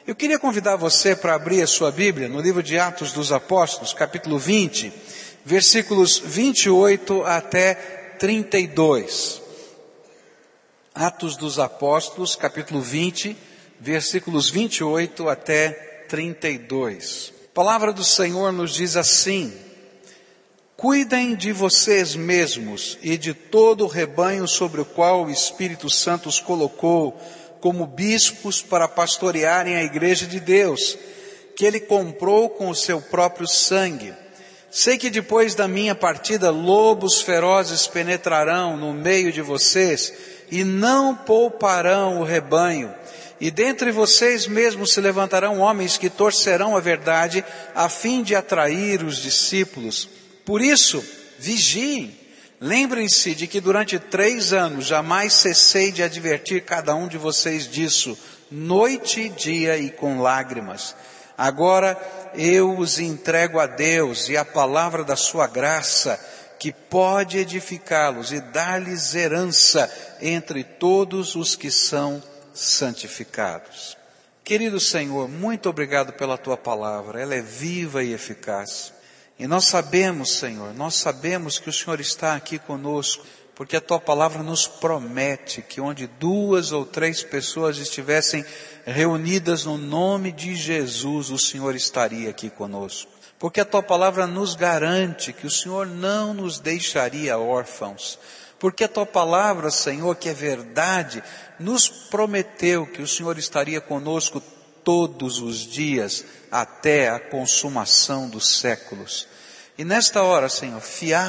Eu queria convidar você para abrir a sua Bíblia no livro de Atos dos Apóstolos, capítulo 20, versículos 28 até 32. Atos dos Apóstolos, capítulo 20, versículos 28 até 32. A palavra do Senhor nos diz assim: cuidem de vocês mesmos e de todo o rebanho sobre o qual o Espírito Santo os colocou como bispos para pastorearem a igreja de Deus, que ele comprou com o seu próprio sangue. Sei que depois da minha partida lobos ferozes penetrarão no meio de vocês e não pouparão o rebanho. E dentre vocês mesmos se levantarão homens que torcerão a verdade a fim de atrair os discípulos. Por isso, vigiem. Lembrem-se de que durante 3 anos jamais cessei de advertir cada um de vocês disso, noite e dia e com lágrimas. Agora eu os entrego a Deus e à palavra da sua graça, que pode edificá-los e dar-lhes herança entre todos os que são santificados. Querido Senhor, muito obrigado pela tua palavra, ela é viva e eficaz. E nós sabemos, Senhor, que o Senhor está aqui conosco, porque a tua palavra nos promete que onde 2 ou 3 pessoas estivessem reunidas no nome de Jesus, o Senhor estaria aqui conosco. Porque a tua palavra nos garante que o Senhor não nos deixaria órfãos. Porque a tua palavra, Senhor, que é verdade, nos prometeu que o Senhor estaria conosco todos os dias, até a consumação dos séculos. E nesta hora, Senhor,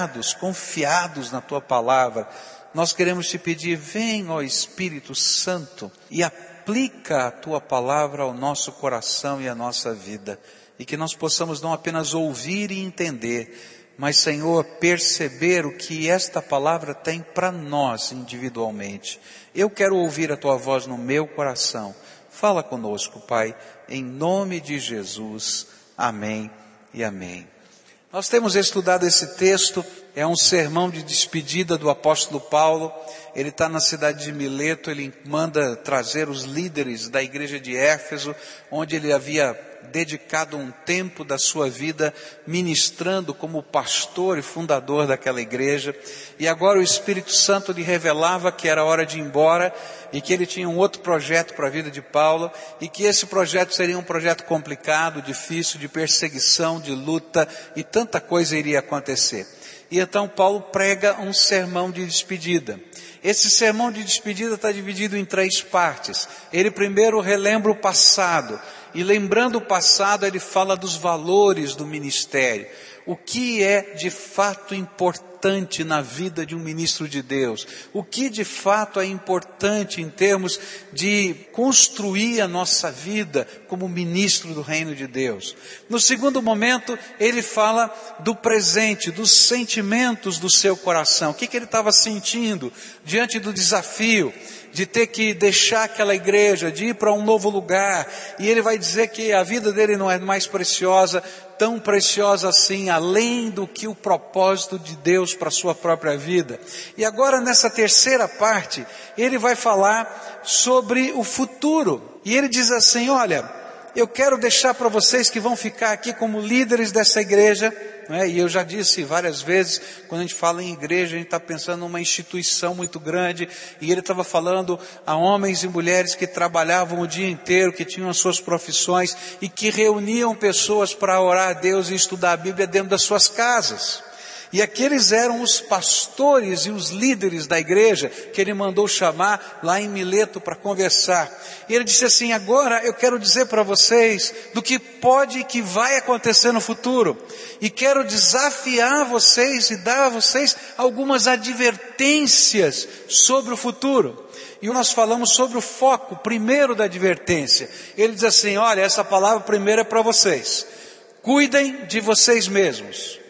confiados na tua palavra, nós queremos te pedir, vem, ó Espírito Santo, e aplica a tua palavra ao nosso coração e à nossa vida, e que nós possamos não apenas ouvir e entender, mas, Senhor, perceber o que esta palavra tem para nós individualmente. Eu quero ouvir a tua voz no meu coração. Fala conosco, Pai, em nome de Jesus. Amém e amém. Nós temos estudado esse texto, é um sermão de despedida do apóstolo Paulo. Ele está na cidade de Mileto, ele manda trazer os líderes da igreja de Éfeso, onde ele havia dedicado um tempo da sua vida ministrando como pastor e fundador daquela igreja. E agora o Espírito Santo lhe revelava que era hora de ir embora e que ele tinha um outro projeto para a vida de Paulo e que esse projeto seria um projeto complicado, difícil, de perseguição, de luta, e tanta coisa iria acontecer. E então Paulo prega um sermão de despedida. Esse sermão de despedida está dividido em 3 partes. Ele primeiro relembra o passado, e lembrando o passado ele fala dos valores do ministério. O que é de fato importante na vida de um ministro de Deus? O que de fato é importante em termos de construir a nossa vida como ministro do reino de Deus? No segundo momento, ele fala do presente, dos sentimentos do seu coração. O que ele estava sentindo diante do desafio de ter que deixar aquela igreja, de ir para um novo lugar, e ele vai dizer que a vida dele não é mais preciosa, tão preciosa assim, além do que o propósito de Deus para a sua própria vida. E agora nessa terceira parte, ele vai falar sobre o futuro, e ele diz assim: olha, eu quero deixar para vocês que vão ficar aqui como líderes dessa igreja, e eu já disse várias vezes, quando a gente fala em igreja, a gente está pensando numa instituição muito grande, e ele estava falando a homens e mulheres que trabalhavam o dia inteiro, que tinham as suas profissões, e que reuniam pessoas para orar a Deus e estudar a Bíblia dentro das suas casas. E aqueles eram os pastores e os líderes da igreja que ele mandou chamar lá em Mileto para conversar. E ele disse assim: agora eu quero dizer para vocês do que pode e que vai acontecer no futuro. E quero desafiar vocês e dar a vocês algumas advertências sobre o futuro. E nós falamos sobre o foco primeiro da advertência. Ele diz assim: olha, essa palavra primeiro é para vocês. Cuidem de vocês mesmos.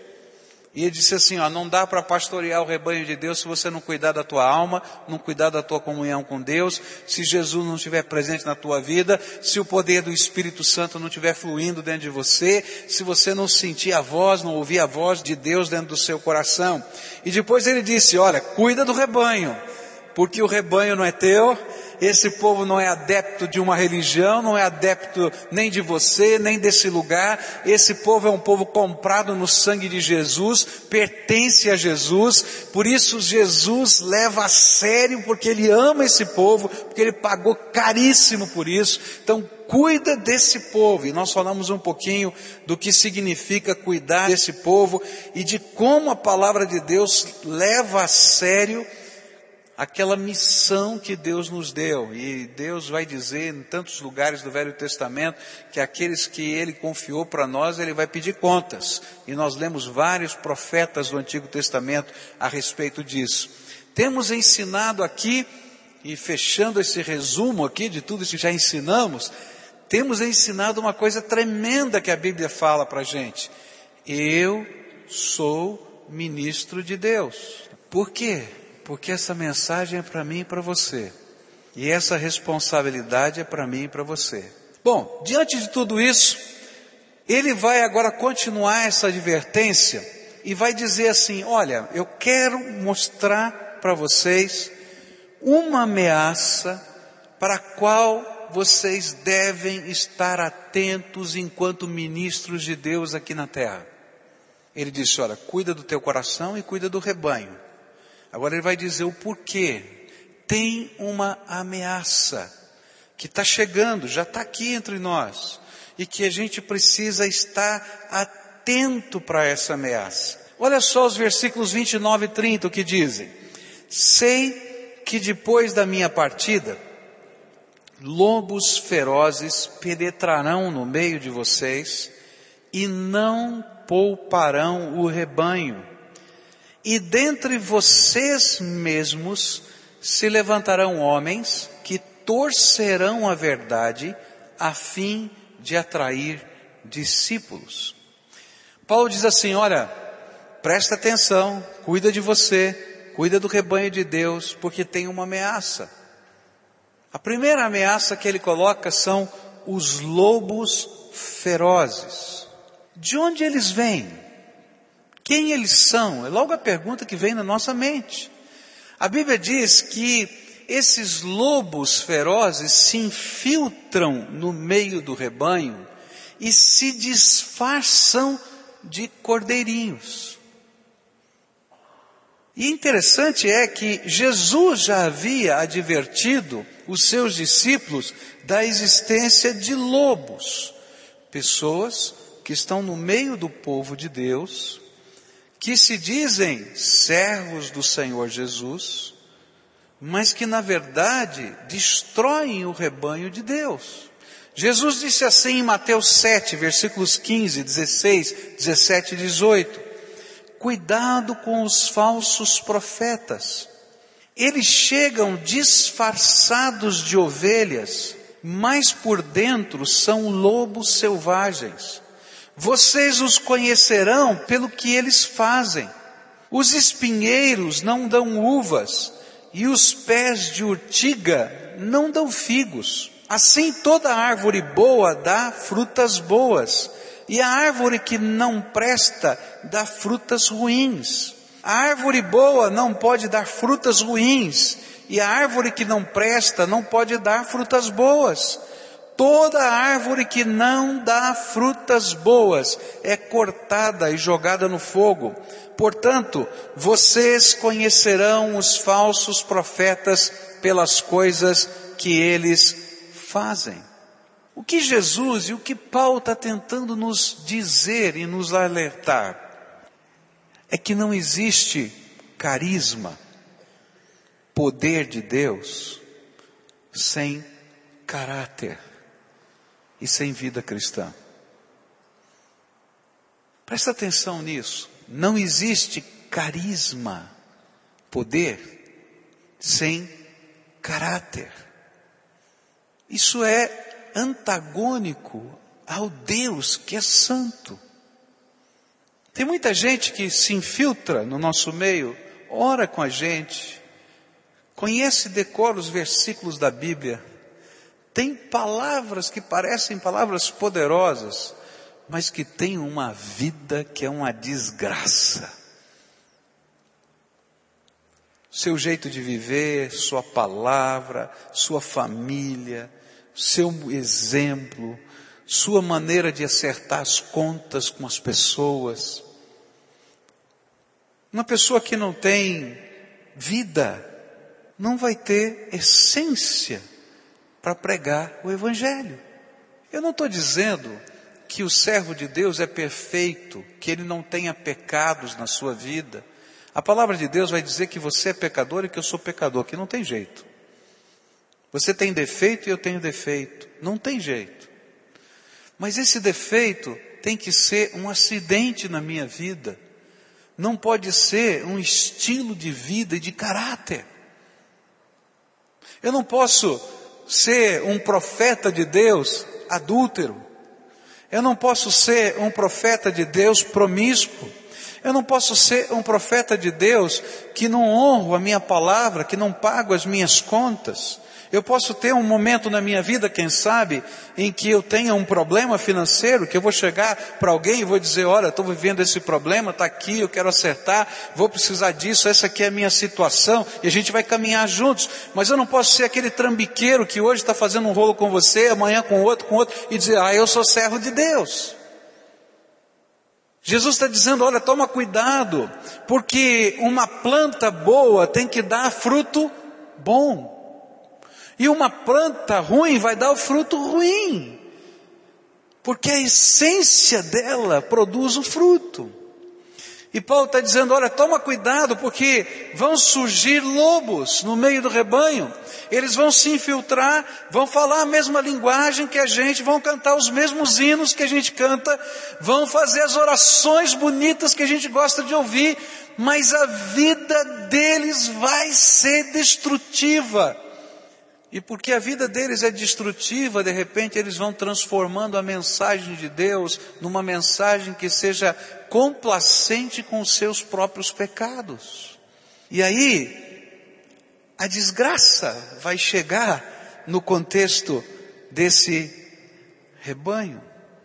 E ele disse assim, não dá para pastorear o rebanho de Deus se você não cuidar da tua alma, não cuidar da tua comunhão com Deus, se Jesus não estiver presente na tua vida, se o poder do Espírito Santo não estiver fluindo dentro de você, se você não sentir a voz, não ouvir a voz de Deus dentro do seu coração. E depois ele disse, olha, cuida do rebanho, porque o rebanho não é teu, Esse povo não é adepto de uma religião, não é adepto nem de você, nem desse lugar. Esse povo é um povo comprado no sangue de Jesus, pertence a Jesus. Por isso Jesus leva a sério, porque Ele ama esse povo, porque Ele pagou caríssimo por isso. Então cuida desse povo. E nós falamos um pouquinho do que significa cuidar desse povo e de como a palavra de Deus leva a sério aquela missão que Deus nos deu. E Deus vai dizer em tantos lugares do Velho Testamento que aqueles que Ele confiou para nós, Ele vai pedir contas. E nós lemos vários profetas do Antigo Testamento a respeito disso. Temos ensinado aqui, e fechando esse resumo aqui de tudo isso que já ensinamos, temos ensinado uma coisa tremenda que a Bíblia fala para a gente. Eu sou ministro de Deus. Por quê? Porque essa mensagem é para mim e para você. E essa responsabilidade é para mim e para você. Bom, diante de tudo isso, ele vai agora continuar essa advertência e vai dizer assim, olha, eu quero mostrar para vocês uma ameaça para a qual vocês devem estar atentos enquanto ministros de Deus aqui na terra. Ele disse, olha, cuida do teu coração e cuida do rebanho. Agora ele vai dizer o porquê. Tem uma ameaça que está chegando, já está aqui entre nós, e que a gente precisa estar atento para essa ameaça. Olha só os versículos 29 e 30, o que dizem. Sei que depois da minha partida, lobos ferozes penetrarão no meio de vocês e não pouparão o rebanho. E dentre vocês mesmos se levantarão homens que torcerão a verdade a fim de atrair discípulos. Paulo diz assim, olha, presta atenção, cuida de você, cuida do rebanho de Deus, porque tem uma ameaça. A primeira ameaça que ele coloca são os lobos ferozes. De onde eles vêm? Quem eles são? É logo a pergunta que vem na nossa mente. A Bíblia diz que esses lobos ferozes se infiltram no meio do rebanho e se disfarçam de cordeirinhos. E interessante é que Jesus já havia advertido os seus discípulos da existência de lobos, pessoas que estão no meio do povo de Deus, que se dizem servos do Senhor Jesus, mas que na verdade destroem o rebanho de Deus. Jesus disse assim em Mateus 7, versículos 15, 16, 17 e 18, cuidado com os falsos profetas. Eles chegam disfarçados de ovelhas, mas por dentro são lobos selvagens. Vocês os conhecerão pelo que eles fazem. Os espinheiros não dão uvas, e os pés de urtiga não dão figos. Assim toda árvore boa dá frutas boas, e a árvore que não presta dá frutas ruins. A árvore boa não pode dar frutas ruins, e a árvore que não presta não pode dar frutas boas. Toda árvore que não dá frutas boas é cortada e jogada no fogo. Portanto, vocês conhecerão os falsos profetas pelas coisas que eles fazem. O que Jesus e o que Paulo está tentando nos dizer e nos alertar é que não existe carisma, poder de Deus, sem caráter e sem vida cristã. Presta atenção nisso. Não existe carisma, poder, sem caráter. Isso é antagônico ao Deus que é santo. Tem muita gente que se infiltra no nosso meio, ora com a gente, conhece e decora os versículos da Bíblia, tem palavras que parecem palavras poderosas, mas que tem uma vida que é uma desgraça. seu jeito de viver, sua palavra, sua família, seu exemplo, sua maneira de acertar as contas com as pessoas. Uma pessoa que não tem vida, não vai ter essência para pregar o Evangelho. Eu não estou dizendo que o servo de Deus é perfeito, que ele não tenha pecados na sua vida. A palavra de Deus vai dizer que você é pecador e que eu sou pecador, que não tem jeito. Você tem defeito e eu tenho defeito, não tem jeito. Mas esse defeito tem que ser um acidente na minha vida. Não pode ser um estilo de vida e de caráter. Eu não posso ser um profeta de Deus adúltero. Eu não posso ser um profeta de Deus promíscuo. Eu não posso ser um profeta de Deus que não honro a minha palavra, que não pago as minhas contas. Eu posso ter um momento na minha vida, quem sabe, em que eu tenha um problema financeiro, que eu vou chegar para alguém e vou dizer, olha, estou vivendo esse problema, está aqui, eu quero acertar, vou precisar disso, essa aqui é a minha situação, e a gente vai caminhar juntos. Mas eu não posso ser aquele trambiqueiro que hoje está fazendo um rolo com você, amanhã com outro, e dizer, eu sou servo de Deus. Jesus está dizendo, olha, toma cuidado, porque uma planta boa tem que dar fruto bom. E uma planta ruim vai dar o fruto ruim, porque a essência dela produz o fruto. E Paulo está dizendo, olha, toma cuidado, porque vão surgir lobos no meio do rebanho. Eles vão se infiltrar, vão falar a mesma linguagem que a gente, vão cantar os mesmos hinos que a gente canta, vão fazer as orações bonitas que a gente gosta de ouvir, mas a vida deles vai ser destrutiva. E porque a vida deles é destrutiva, de repente eles vão transformando a mensagem de Deus numa mensagem que seja complacente com os seus próprios pecados. E aí, a desgraça vai chegar no contexto desse rebanho.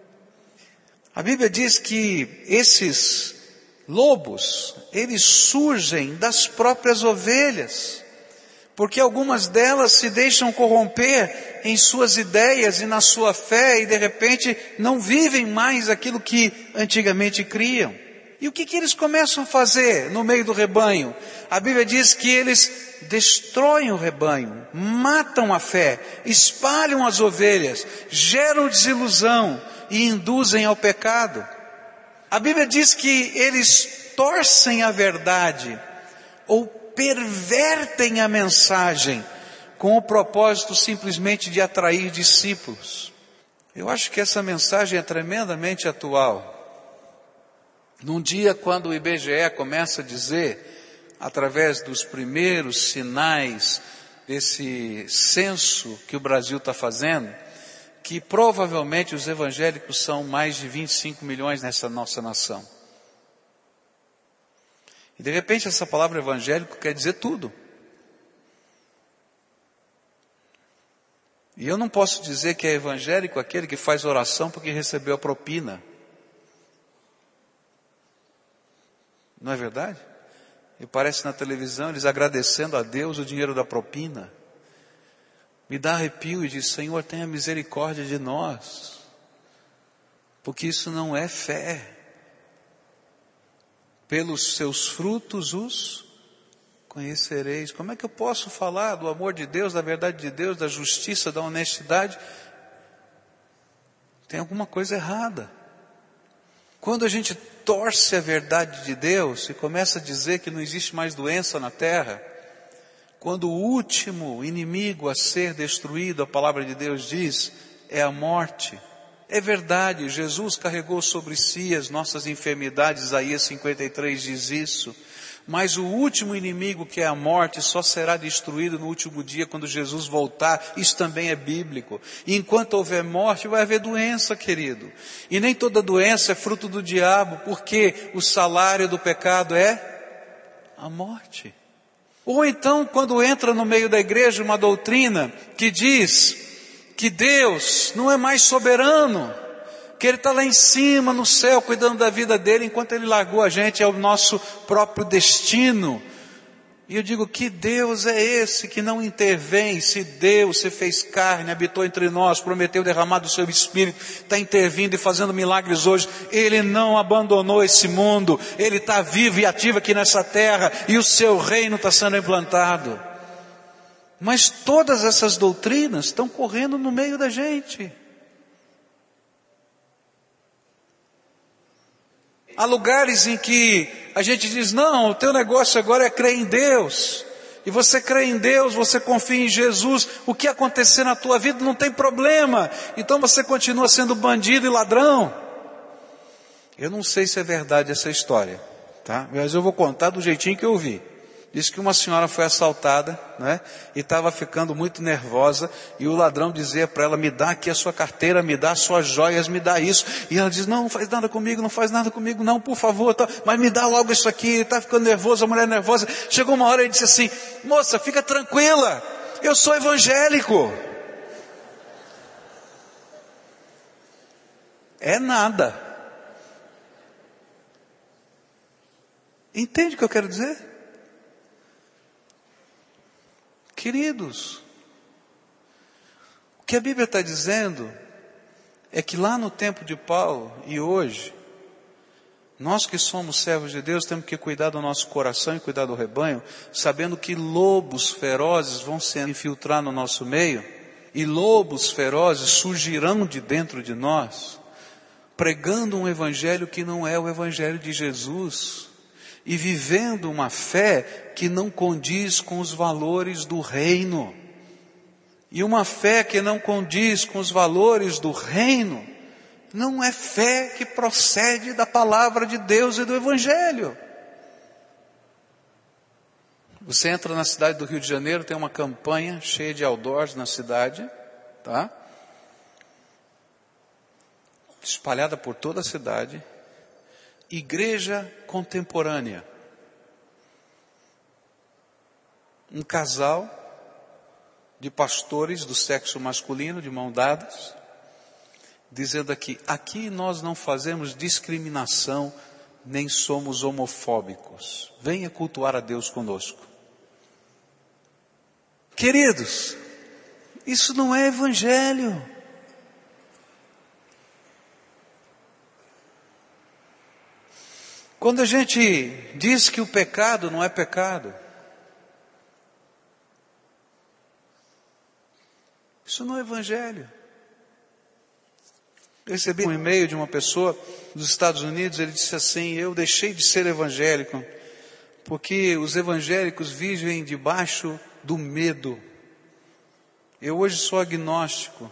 A Bíblia diz que esses lobos, eles surgem das próprias ovelhas. Porque algumas delas se deixam corromper em suas ideias e na sua fé e de repente não vivem mais aquilo que antigamente criam. E o que eles começam a fazer no meio do rebanho? A Bíblia diz que eles destroem o rebanho, matam a fé, espalham as ovelhas, geram desilusão e induzem ao pecado. A Bíblia diz que eles torcem a verdade ou pervertem a mensagem com o propósito simplesmente de atrair discípulos. Eu acho que essa mensagem é tremendamente atual. Num dia quando o IBGE começa a dizer, através dos primeiros sinais desse censo que o Brasil está fazendo, que provavelmente os evangélicos são mais de 25 milhões nessa nossa nação. E de repente essa palavra evangélico quer dizer tudo. E eu não posso dizer que é evangélico aquele que faz oração porque recebeu a propina. Não é verdade? E parece na televisão eles agradecendo a Deus o dinheiro da propina. Me dá arrepio e diz, Senhor, tenha misericórdia de nós. Porque isso não é fé. Pelos seus frutos os conhecereis. Como é que eu posso falar do amor de Deus, da verdade de Deus, da justiça, da honestidade? Tem alguma coisa errada. Quando a gente torce a verdade de Deus e começa a dizer que não existe mais doença na terra, quando o último inimigo a ser destruído, a palavra de Deus diz, é a morte. É verdade, Jesus carregou sobre si as nossas enfermidades, Isaías 53 diz isso. Mas o último inimigo, que é a morte, só será destruído no último dia, quando Jesus voltar. Isso também é bíblico. E enquanto houver morte, vai haver doença, querido. E nem toda doença é fruto do diabo, porque o salário do pecado é a morte. Ou então, quando entra no meio da igreja uma doutrina que diz que Deus não é mais soberano, que Ele está lá em cima, no céu, cuidando da vida dele, enquanto Ele largou a gente, é o nosso próprio destino. E eu digo, que Deus é esse que não intervém? Se Deus se fez carne, habitou entre nós, prometeu derramar do seu Espírito, está intervindo e fazendo milagres hoje. Ele não abandonou esse mundo, Ele está vivo e ativo aqui nessa terra, e o seu reino está sendo implantado. Mas todas essas doutrinas estão correndo no meio da gente. Há lugares em que a gente diz, não, o teu negócio agora é crer em Deus. E você crê em Deus, você confia em Jesus. O que acontecer na tua vida não tem problema. Então você continua sendo bandido e ladrão. Eu não sei se é verdade essa história, tá? Mas eu vou contar do jeitinho que eu vi. Diz que uma senhora foi assaltada, né? E estava ficando muito nervosa, e o ladrão dizia para ela, me dá aqui a sua carteira, me dá as suas joias, me dá isso. E ela diz, não faz nada comigo, não faz nada comigo, não, por favor, tá, mas me dá logo isso aqui. Ele está ficando nervoso, a mulher nervosa. Chegou uma hora e ele disse assim, moça, fica tranquila, eu sou evangélico. É nada. Entende o que eu quero dizer? Queridos, o que a Bíblia está dizendo é que lá no tempo de Paulo e hoje, nós que somos servos de Deus temos que cuidar do nosso coração e cuidar do rebanho, sabendo que lobos ferozes vão se infiltrar no nosso meio, e lobos ferozes surgirão de dentro de nós, pregando um evangelho que não é o evangelho de Jesus, e vivendo uma fé que não condiz com os valores do reino. E uma fé que não condiz com os valores do reino, não é fé que procede da palavra de Deus e do Evangelho. Você entra na cidade do Rio de Janeiro, tem uma campanha cheia de outdoors na cidade, tá? Espalhada por toda a cidade. Igreja contemporânea. Um casal de pastores do sexo masculino, de mão dadas, dizendo aqui nós não fazemos discriminação, nem somos homofóbicos. Venha cultuar a Deus conosco. Queridos, isso não é evangelho. Quando a gente diz que o pecado não é pecado, isso não é evangelho. Eu recebi um e-mail de uma pessoa dos Estados Unidos, ele disse assim, eu deixei de ser evangélico, porque os evangélicos vivem debaixo do medo. Eu hoje sou agnóstico,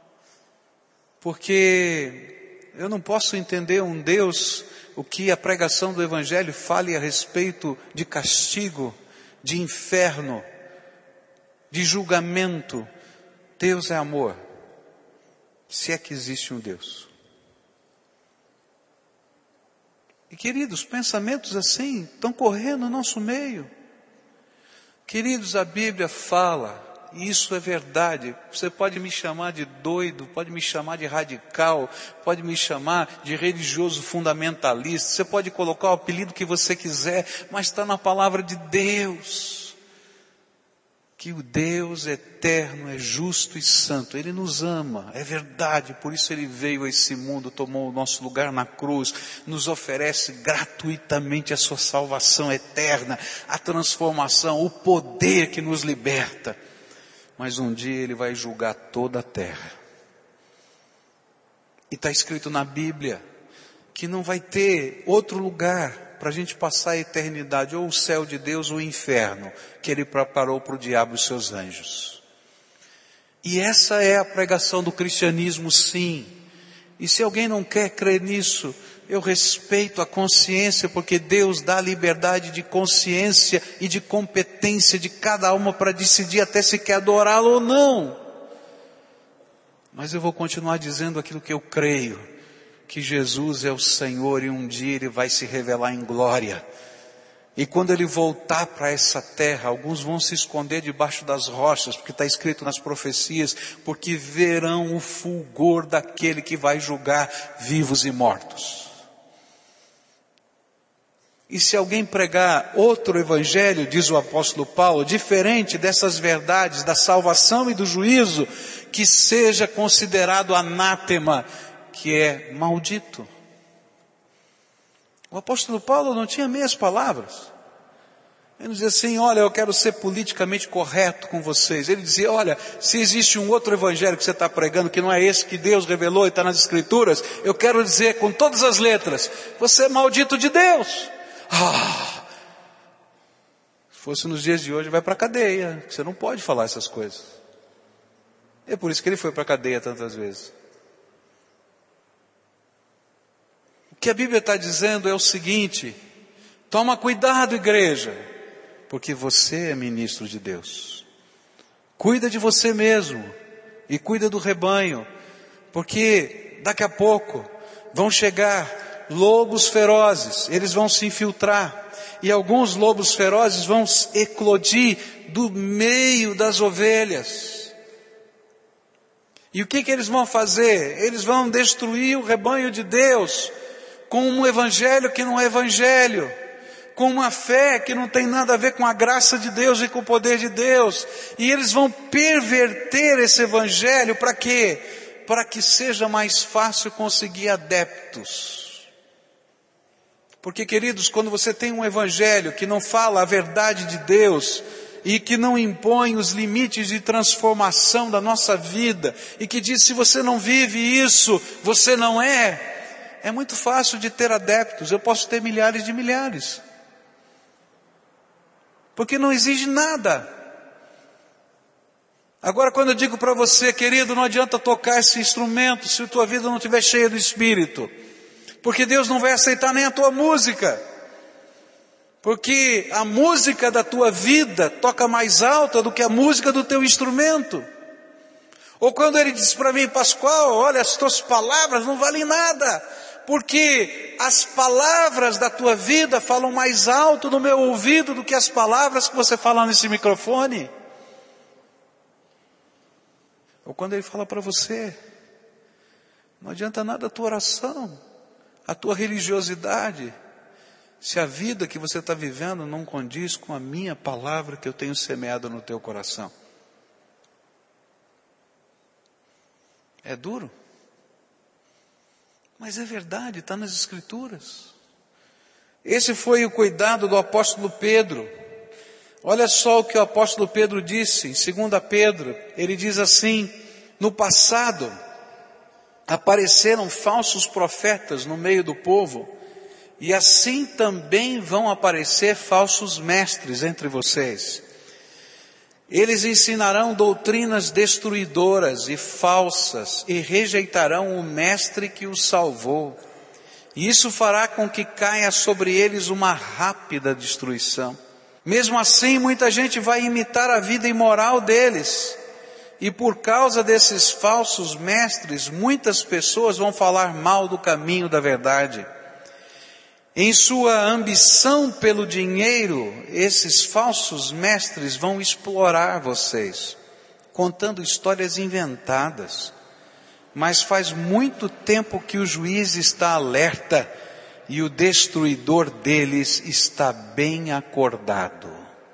porque eu não posso entender um Deus, o que a pregação do evangelho fale a respeito de castigo, de inferno, de julgamento. Deus é amor, se é que existe um Deus. E queridos, pensamentos assim estão correndo no nosso meio. Queridos, a Bíblia fala, e isso é verdade. Você pode me chamar de doido, pode me chamar de radical, pode me chamar de religioso fundamentalista, você pode colocar o apelido que você quiser, mas está na palavra de Deus. Que o Deus eterno é justo e santo, Ele nos ama, é verdade, por isso Ele veio a esse mundo, tomou o nosso lugar na cruz, nos oferece gratuitamente a sua salvação eterna, a transformação, o poder que nos liberta. Mas um dia Ele vai julgar toda a terra. E está escrito na Bíblia que não vai ter outro lugar para a gente passar a eternidade, ou o céu de Deus ou o inferno, que Ele preparou para o diabo e os seus anjos. E essa é a pregação do cristianismo, sim. E se alguém não quer crer nisso, eu respeito a consciência, porque Deus dá liberdade de consciência e de competência de cada alma para decidir até se quer adorá-lo ou não. Mas eu vou continuar dizendo aquilo que eu creio, que Jesus é o Senhor e um dia Ele vai se revelar em glória. E quando Ele voltar para essa terra, alguns vão se esconder debaixo das rochas, porque está escrito nas profecias, porque verão o fulgor daquele que vai julgar vivos e mortos. E se alguém pregar outro evangelho, diz o apóstolo Paulo, diferente dessas verdades da salvação e do juízo, que seja considerado anátema, que é maldito. O apóstolo Paulo não tinha meias palavras. Ele não dizia assim, olha, eu quero ser politicamente correto com vocês. Ele dizia, olha, se existe um outro evangelho que você está pregando, que não é esse que Deus revelou e está nas Escrituras, eu quero dizer com todas as letras, você é maldito de Deus. Se fosse nos dias de hoje, vai para a cadeia. Você não pode falar essas coisas. É por isso que ele foi para a cadeia tantas vezes. O que a Bíblia está dizendo é o seguinte, toma cuidado, igreja, porque você é ministro de Deus. Cuida de você mesmo e cuida do rebanho, porque daqui a pouco vão chegar lobos ferozes, eles vão se infiltrar, e alguns lobos ferozes vão eclodir do meio das ovelhas. E o que eles vão fazer? Eles vão destruir o rebanho de Deus, com um evangelho que não é evangelho, com uma fé que não tem nada a ver com a graça de Deus e com o poder de Deus, e eles vão perverter esse evangelho para quê? Para que seja mais fácil conseguir adeptos. Porque, queridos, quando você tem um evangelho que não fala a verdade de Deus, e que não impõe os limites de transformação da nossa vida, e que diz, se você não vive isso, você não é muito fácil de ter adeptos. Eu posso ter milhares de milhares. Porque não exige nada. Agora, quando eu digo para você, querido, não adianta tocar esse instrumento se a tua vida não estiver cheia do Espírito. Porque Deus não vai aceitar nem a tua música. Porque a música da tua vida toca mais alta do que a música do teu instrumento. Ou quando ele diz para mim, Pascoal, olha, as tuas palavras não valem nada. Porque as palavras da tua vida falam mais alto no meu ouvido do que as palavras que você fala nesse microfone. Ou quando ele fala para você, não adianta nada a tua oração, a tua religiosidade, se a vida que você está vivendo não condiz com a minha palavra que eu tenho semeado no teu coração. É duro, mas é verdade, está nas Escrituras. Esse foi o cuidado do apóstolo Pedro. Olha só o que o apóstolo Pedro disse em 2 Pedro. Ele diz assim, no passado apareceram falsos profetas no meio do povo, e assim também vão aparecer falsos mestres entre vocês. Eles ensinarão doutrinas destruidoras e falsas, e rejeitarão o mestre que os salvou. E isso fará com que caia sobre eles uma rápida destruição. Mesmo assim, muita gente vai imitar a vida imoral deles. E por causa desses falsos mestres, muitas pessoas vão falar mal do caminho da verdade. Em sua ambição pelo dinheiro, esses falsos mestres vão explorar vocês, contando histórias inventadas. Mas faz muito tempo que o juiz está alerta e o destruidor deles está bem acordado.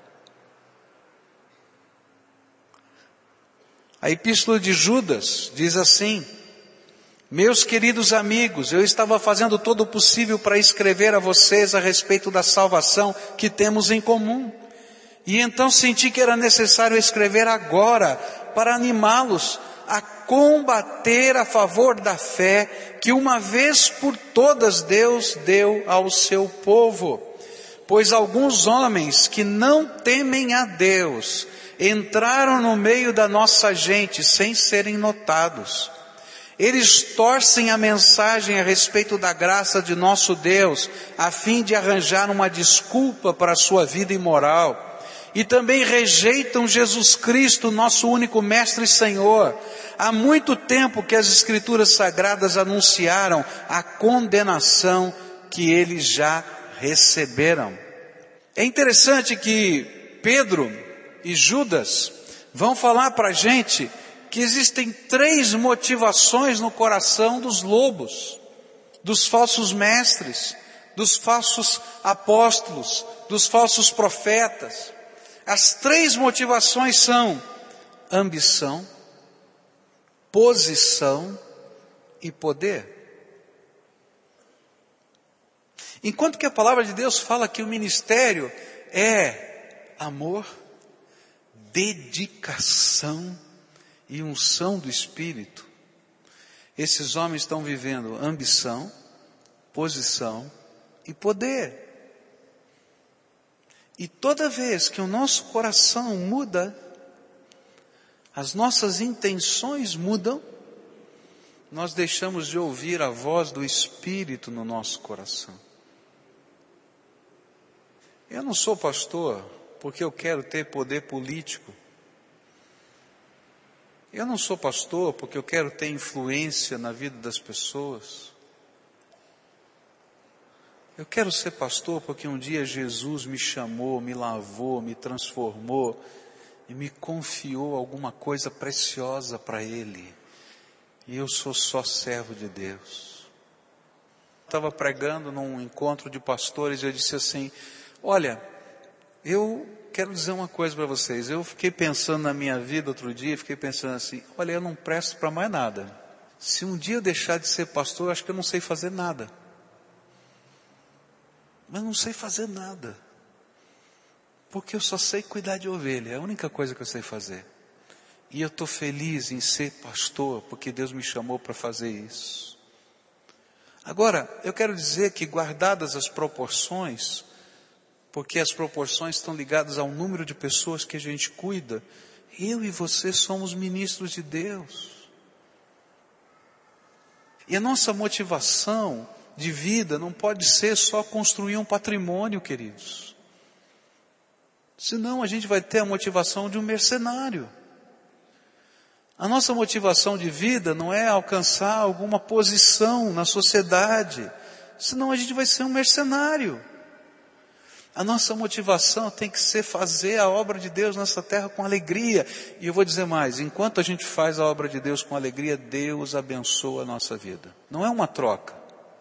A epístola de Judas diz assim, meus queridos amigos, eu estava fazendo todo o possível para escrever a vocês a respeito da salvação que temos em comum. E então senti que era necessário escrever agora para animá-los a combater a favor da fé que uma vez por todas Deus deu ao seu povo. Pois alguns homens que não temem a Deus entraram no meio da nossa gente sem serem notados. Eles torcem a mensagem a respeito da graça de nosso Deus, a fim de arranjar uma desculpa para a sua vida imoral. E também rejeitam Jesus Cristo, nosso único Mestre e Senhor. Há muito tempo que as Escrituras Sagradas anunciaram a condenação que eles já receberam. É interessante que Pedro e Judas vão falar para a gente que existem 3 motivações no coração dos lobos, dos falsos mestres, dos falsos apóstolos, dos falsos profetas. As 3 motivações são ambição, posição e poder. Enquanto que a palavra de Deus fala que o ministério é amor, dedicação e unção do Espírito, esses homens estão vivendo ambição, posição e poder. E toda vez que o nosso coração muda, as nossas intenções mudam, nós deixamos de ouvir a voz do Espírito no nosso coração. Eu não sou pastor porque eu quero ter poder político. Eu não sou pastor porque eu quero ter influência na vida das pessoas. Eu quero ser pastor porque um dia Jesus me chamou, me lavou, me transformou e me confiou alguma coisa preciosa para Ele. E eu sou só servo de Deus. Estava pregando num encontro de pastores e eu disse assim: olha, eu quero dizer uma coisa para vocês. Eu fiquei pensando na minha vida outro dia, fiquei pensando assim: olha, eu não presto para mais nada. Se um dia eu deixar de ser pastor, eu acho que eu não sei fazer nada. Mas não sei fazer nada. Porque eu só sei cuidar de ovelha, é a única coisa que eu sei fazer. E eu estou feliz em ser pastor, porque Deus me chamou para fazer isso. Agora, eu quero dizer que guardadas as proporções, porque as proporções estão ligadas ao número de pessoas que a gente cuida, eu e você somos ministros de Deus. E a nossa motivação de vida não pode ser só construir um patrimônio, queridos. Senão a gente vai ter a motivação de um mercenário. A nossa motivação de vida não é alcançar alguma posição na sociedade, senão a gente vai ser um mercenário. A nossa motivação tem que ser fazer a obra de Deus nessa terra com alegria. E eu vou dizer mais, enquanto a gente faz a obra de Deus com alegria, Deus abençoa a nossa vida. Não é uma troca.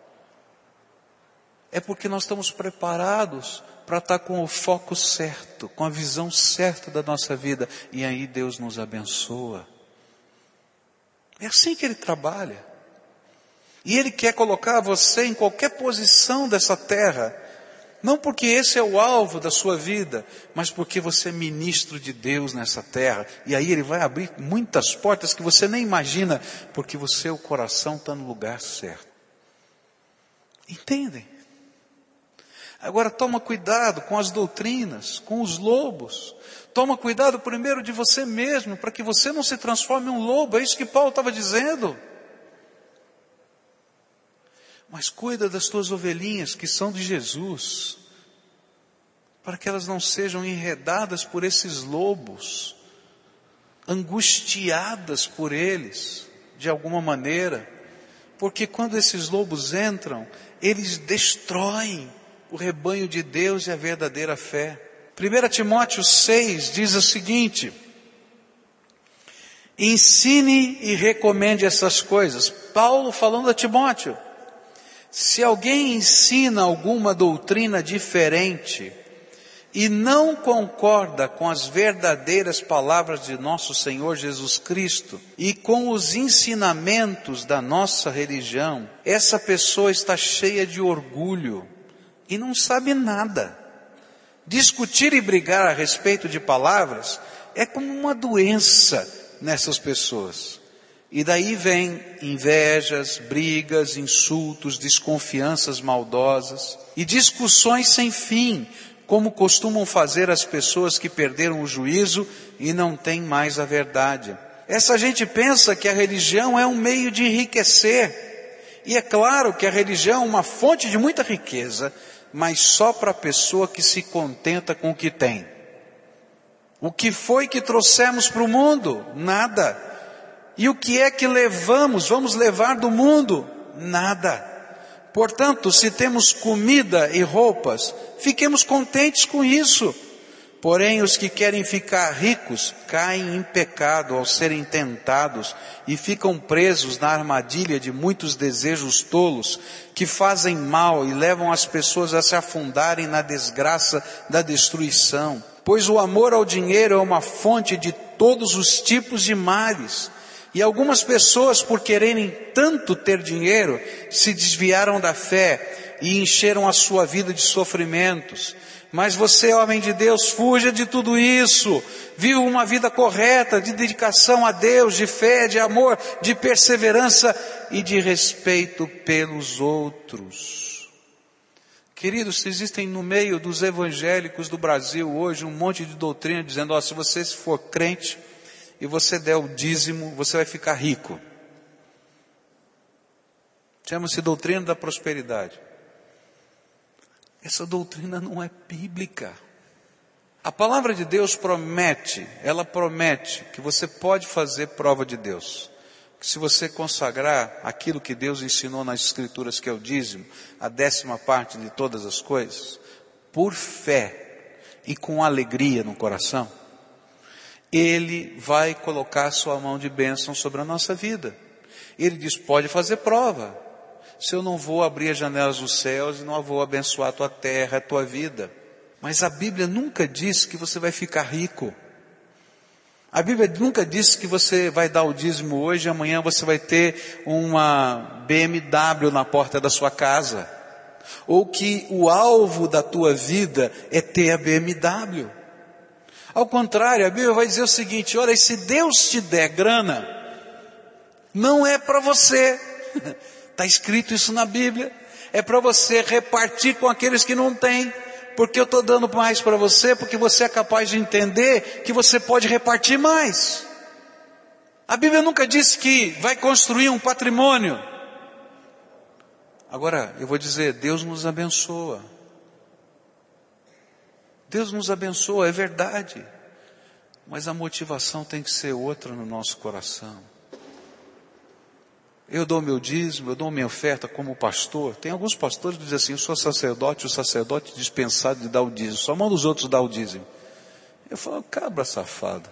É porque nós estamos preparados para estar com o foco certo, com a visão certa da nossa vida. E aí Deus nos abençoa. É assim que Ele trabalha. E Ele quer colocar você em qualquer posição dessa terra. Não porque esse é o alvo da sua vida, mas porque você é ministro de Deus nessa terra. E aí Ele vai abrir muitas portas que você nem imagina, porque o seu coração está no lugar certo. Entendem? Agora toma cuidado com as doutrinas, com os lobos. Toma cuidado primeiro de você mesmo, para que você não se transforme em um lobo. É isso que Paulo estava dizendo. Mas cuida das tuas ovelhinhas que são de Jesus, para que elas não sejam enredadas por esses lobos, angustiadas por eles, de alguma maneira. Porque quando esses lobos entram, eles destroem o rebanho de Deus e a verdadeira fé. 1 Timóteo 6 diz o seguinte: ensine e recomende essas coisas. Paulo falando a Timóteo: se alguém ensina alguma doutrina diferente e não concorda com as verdadeiras palavras de nosso Senhor Jesus Cristo e com os ensinamentos da nossa religião, essa pessoa está cheia de orgulho e não sabe nada. Discutir e brigar a respeito de palavras é como uma doença nessas pessoas. E daí vem invejas, brigas, insultos, desconfianças maldosas e discussões sem fim, como costumam fazer as pessoas que perderam o juízo e não têm mais a verdade. Essa gente pensa que a religião é um meio de enriquecer. E é claro que a religião é uma fonte de muita riqueza, mas só para a pessoa que se contenta com o que tem. O que foi que trouxemos para o mundo? Nada. E o que é que vamos levar do mundo? Nada. Portanto, se temos comida e roupas, fiquemos contentes com isso. Porém, os que querem ficar ricos caem em pecado ao serem tentados e ficam presos na armadilha de muitos desejos tolos que fazem mal e levam as pessoas a se afundarem na desgraça da destruição. Pois o amor ao dinheiro é uma fonte de todos os tipos de males. E algumas pessoas, por quererem tanto ter dinheiro, se desviaram da fé e encheram a sua vida de sofrimentos. Mas você, homem de Deus, fuja de tudo isso. Viva uma vida correta, de dedicação a Deus, de fé, de amor, de perseverança e de respeito pelos outros. Queridos, existem no meio dos evangélicos do Brasil hoje um monte de doutrina dizendo, se você for crente e você der o dízimo, você vai ficar rico. Chama-se doutrina da prosperidade. Essa doutrina não é bíblica. A palavra de Deus ela promete que você pode fazer prova de Deus. Que se você consagrar aquilo que Deus ensinou nas Escrituras, que é o dízimo, a 10ª parte de todas as coisas, por fé e com alegria no coração, Ele vai colocar sua mão de bênção sobre a nossa vida. Ele diz, pode fazer prova. Se eu não vou abrir as janelas dos céus e não vou abençoar a tua terra, a tua vida. Mas a Bíblia nunca diz que você vai ficar rico. A Bíblia nunca diz que você vai dar o dízimo hoje e amanhã você vai ter uma BMW na porta da sua casa. Ou que o alvo da tua vida é ter a BMW. Ao contrário, a Bíblia vai dizer o seguinte, olha, se Deus te der grana, não é para você. Está escrito isso na Bíblia. É para você repartir com aqueles que não têm. Porque eu estou dando mais para você, porque você é capaz de entender que você pode repartir mais. A Bíblia nunca disse que vai construir um patrimônio. Agora, eu vou dizer, Deus nos abençoa. Deus nos abençoa, é verdade. Mas a motivação tem que ser outra no nosso coração. Eu dou meu dízimo, eu dou minha oferta como pastor. Tem alguns pastores que dizem assim, eu sou sacerdote, o sacerdote dispensado de dar o dízimo. Só manda os outros dar o dízimo. Eu falo, cabra safado.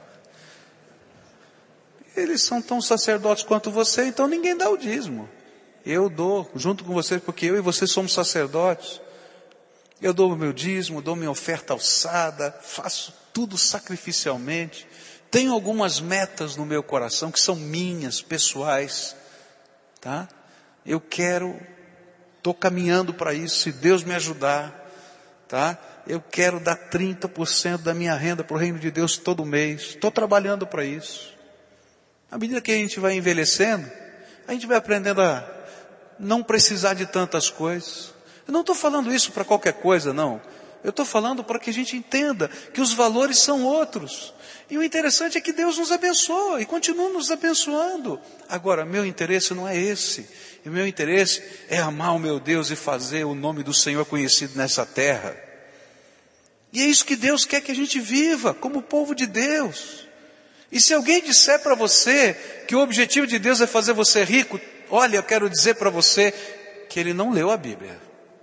Eles são tão sacerdotes quanto você, então ninguém dá o dízimo. Eu dou, junto com vocês, porque eu e você somos sacerdotes. Eu dou o meu dízimo, dou minha oferta alçada, faço tudo sacrificialmente. Tenho algumas metas no meu coração que são minhas, pessoais. Tá? Eu estou caminhando para isso, se Deus me ajudar, tá? Eu quero dar 30% da minha renda para o reino de Deus todo mês, estou trabalhando para isso. À medida que a gente vai envelhecendo, a gente vai aprendendo a não precisar de tantas coisas. Eu não estou falando isso para qualquer coisa, não. Eu estou falando para que a gente entenda que os valores são outros. E o interessante é que Deus nos abençoa e continua nos abençoando. Agora, meu interesse não é esse. O meu interesse é amar o meu Deus e fazer o nome do Senhor conhecido nessa terra. E é isso que Deus quer que a gente viva, como povo de Deus. E se alguém disser para você que o objetivo de Deus é fazer você rico, olha, eu quero dizer para você que ele não leu a Bíblia.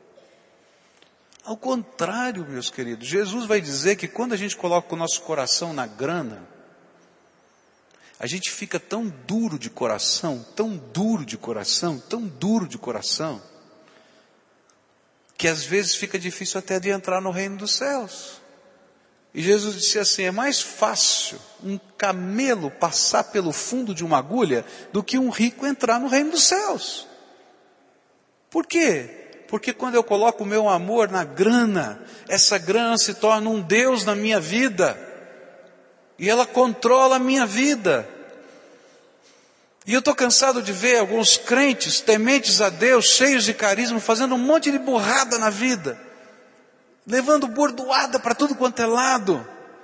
Ao contrário, meus queridos, Jesus vai dizer que quando a gente coloca o nosso coração na grana, a gente fica tão duro de coração, tão duro de coração, tão duro de coração, que às vezes fica difícil até de entrar no reino dos céus. E Jesus disse assim, é mais fácil um camelo passar pelo fundo de uma agulha do que um rico entrar no reino dos céus. Por quê? Porque quando eu coloco o meu amor na grana, essa grana se torna um Deus na minha vida. E ela controla a minha vida. E eu estou cansado de ver alguns crentes, tementes a Deus, cheios de carisma, fazendo um monte de burrada na vida. Levando bordoada para tudo quanto é lado.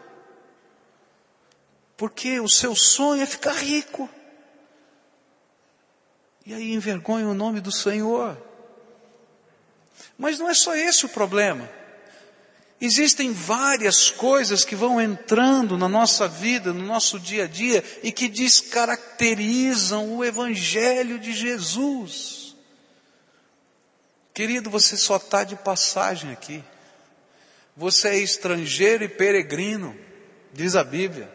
Porque o seu sonho é ficar rico. E aí envergonha o nome do Senhor. Mas não é só esse o problema. Existem várias coisas que vão entrando na nossa vida, no nosso dia a dia, e que descaracterizam o Evangelho de Jesus. Querido, você só está de passagem aqui. Você é estrangeiro e peregrino, diz a Bíblia.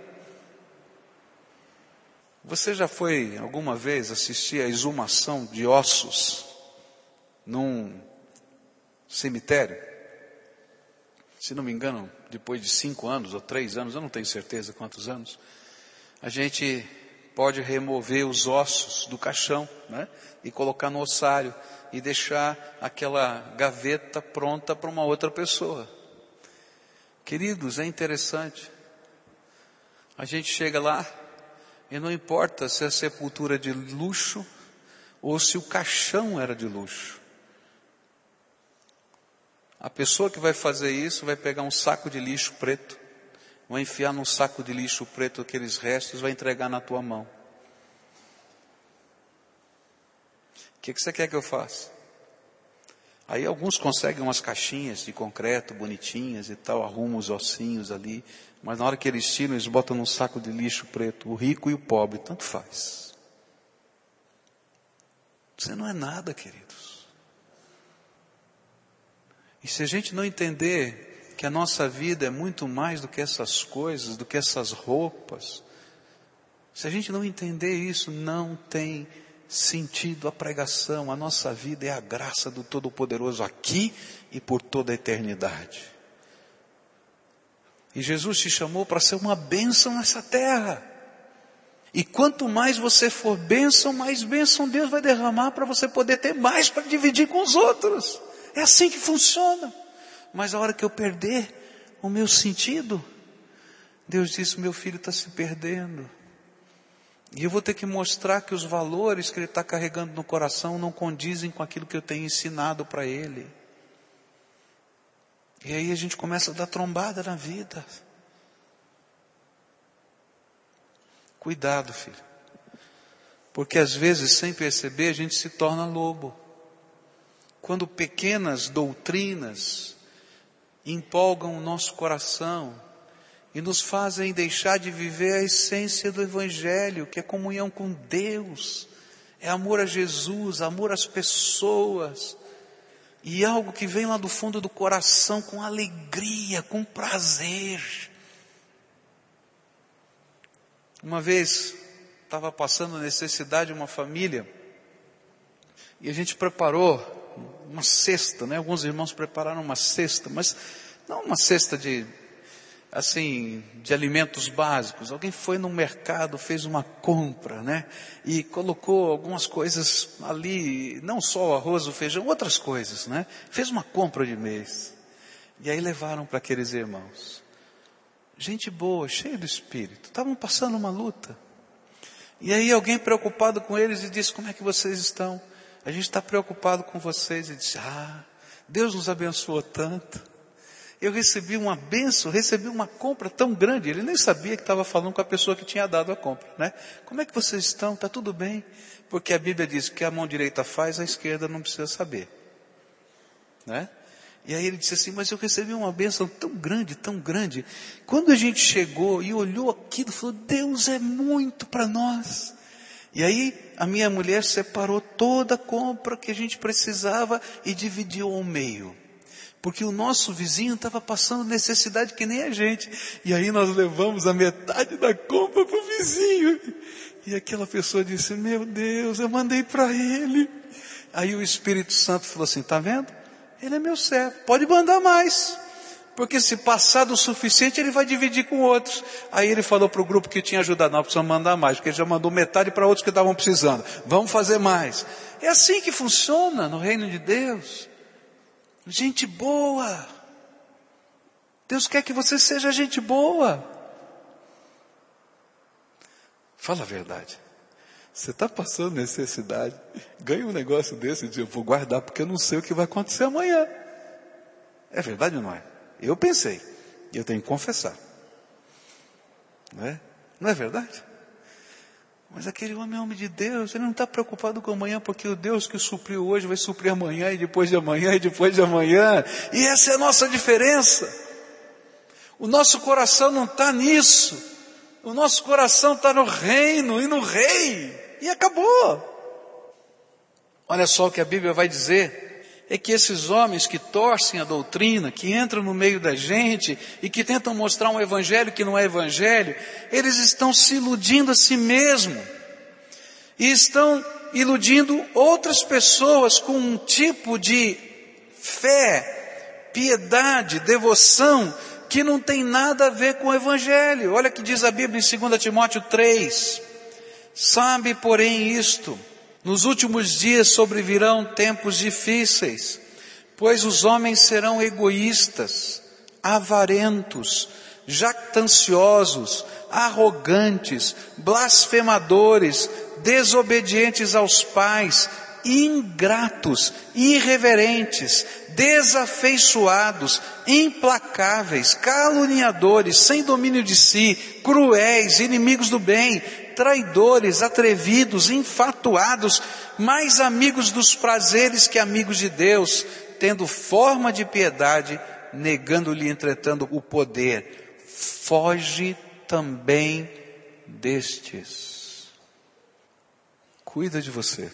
Você já foi alguma vez assistir a exumação de ossos num cemitério? Se não me engano, depois de 5 anos ou 3 anos, eu não tenho certeza quantos anos, a gente pode remover os ossos do caixão, né? E colocar no ossário e deixar aquela gaveta pronta para uma outra pessoa. Queridos, é interessante. A gente chega lá e não importa se a sepultura é de luxo ou se o caixão era de luxo. A pessoa que vai fazer isso vai pegar um saco de lixo preto, vai enfiar num saco de lixo preto aqueles restos, vai entregar na tua mão. O que você quer que eu faça? Aí alguns conseguem umas caixinhas de concreto bonitinhas e tal, arrumam os ossinhos ali, mas na hora que eles tiram, eles botam num saco de lixo preto, o rico e o pobre, tanto faz. Você não é nada, queridos. E se a gente não entender que a nossa vida é muito mais do que essas coisas, do que essas roupas, se a gente não entender isso, não tem sentido a pregação. A nossa vida é a graça do Todo-Poderoso aqui e por toda a eternidade. E Jesus te chamou para ser uma bênção nessa terra. E quanto mais você for bênção, mais bênção Deus vai derramar para você poder ter mais para dividir com os outros. É assim que funciona. Mas a hora que eu perder o meu sentido, Deus disse, meu filho está se perdendo. E eu vou ter que mostrar que os valores que ele está carregando no coração não condizem com aquilo que eu tenho ensinado para ele. E aí a gente começa a dar trombada na vida. Cuidado, filho. Porque às vezes, sem perceber, a gente se torna lobo. Quando pequenas doutrinas empolgam o nosso coração e nos fazem deixar de viver a essência do Evangelho, que é comunhão com Deus, é amor a Jesus, amor às pessoas, e algo que vem lá do fundo do coração com alegria, com prazer. Uma vez estava passando necessidade uma família e a gente preparou uma cesta, né? Alguns irmãos prepararam uma cesta, mas não uma cesta de alimentos básicos. Alguém foi no mercado, fez uma compra, né? E colocou algumas coisas ali, não só o arroz, o feijão, outras coisas, né? Fez uma compra de mês. E aí levaram para aqueles irmãos. Gente boa, cheia do Espírito, estavam passando uma luta. E aí alguém preocupado com eles e disse, como é que vocês estão? A gente está preocupado com vocês. E disse, Deus nos abençoou tanto. Eu recebi uma bênção, recebi uma compra tão grande. Ele nem sabia que estava falando com a pessoa que tinha dado a compra, né? Como é que vocês estão? Está tudo bem? Porque a Bíblia diz que a mão direita faz, a esquerda não precisa saber, né? E aí ele disse assim, mas eu recebi uma bênção tão grande, tão grande. Quando a gente chegou e olhou aquilo, falou, Deus é muito para nós. E aí a minha mulher separou toda a compra que a gente precisava e dividiu ao meio. Porque o nosso vizinho estava passando necessidade que nem a gente. E aí nós levamos a metade da compra para o vizinho. E aquela pessoa disse, meu Deus, eu mandei para ele. Aí o Espírito Santo falou assim, está vendo? Ele é meu servo, pode mandar mais. Porque se passar do suficiente, ele vai dividir com outros. Aí ele falou para o grupo que tinha ajudado, não, precisa mandar mais, porque ele já mandou metade para outros que estavam precisando. Vamos fazer mais. É assim que funciona no reino de Deus. Gente boa. Deus quer que você seja gente boa. Fala a verdade. Você está passando necessidade, ganha um negócio desse e diz, eu vou guardar porque eu não sei o que vai acontecer amanhã. É verdade ou não é? Eu pensei, eu tenho que confessar. Não é? Não é verdade? Mas aquele homem é homem de Deus, ele não está preocupado com amanhã, porque o Deus que supriu hoje vai suprir amanhã e depois de amanhã e depois de amanhã. E essa é a nossa diferença. O nosso coração não está nisso. O nosso coração está no reino e no rei. E acabou. Olha só o que a Bíblia vai dizer é que esses homens que torcem a doutrina, que entram no meio da gente e que tentam mostrar um evangelho que não é evangelho, eles estão se iludindo a si mesmos e estão iludindo outras pessoas com um tipo de fé, piedade, devoção que não tem nada a ver com o evangelho. Olha o que diz a Bíblia em 2 Timóteo 3. Sabe, porém, isto: nos últimos dias sobrevirão tempos difíceis, pois os homens serão egoístas, avarentos, jactanciosos, arrogantes, blasfemadores, desobedientes aos pais, ingratos, irreverentes, desafeiçoados, implacáveis, caluniadores, sem domínio de si, cruéis, inimigos do bem, traidores, atrevidos, infatuados, mais amigos dos prazeres que amigos de Deus, tendo forma de piedade, negando-lhe, entretanto, o poder. Foge também destes. Cuida de você.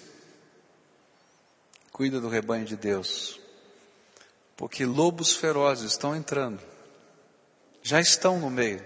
Cuida do rebanho de Deus. Porque lobos ferozes estão entrando. Já estão no meio.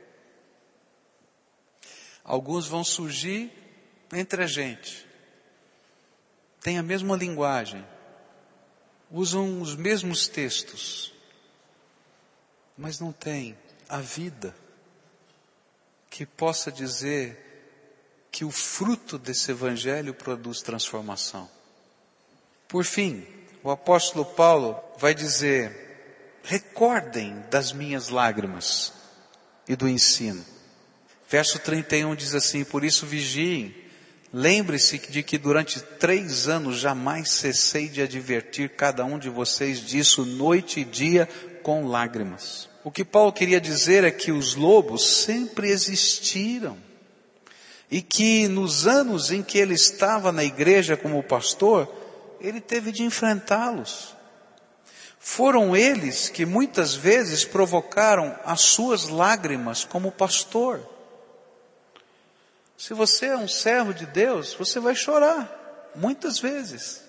Alguns vão surgir entre a gente. Têm a mesma linguagem. Usam os mesmos textos. Mas não têm a vida que possa dizer que o fruto desse evangelho produz transformação. Por fim, o apóstolo Paulo vai dizer: recordem das minhas lágrimas e do ensino. Verso 31 diz assim: por isso vigiem, lembre-se de que durante 3 anos jamais cessei de advertir cada um de vocês disso noite e dia com lágrimas. O que Paulo queria dizer é que os lobos sempre existiram e que nos anos em que ele estava na igreja como pastor, ele teve de enfrentá-los. Foram eles que muitas vezes provocaram as suas lágrimas como pastor. Se você é um servo de Deus, você vai chorar, muitas vezes.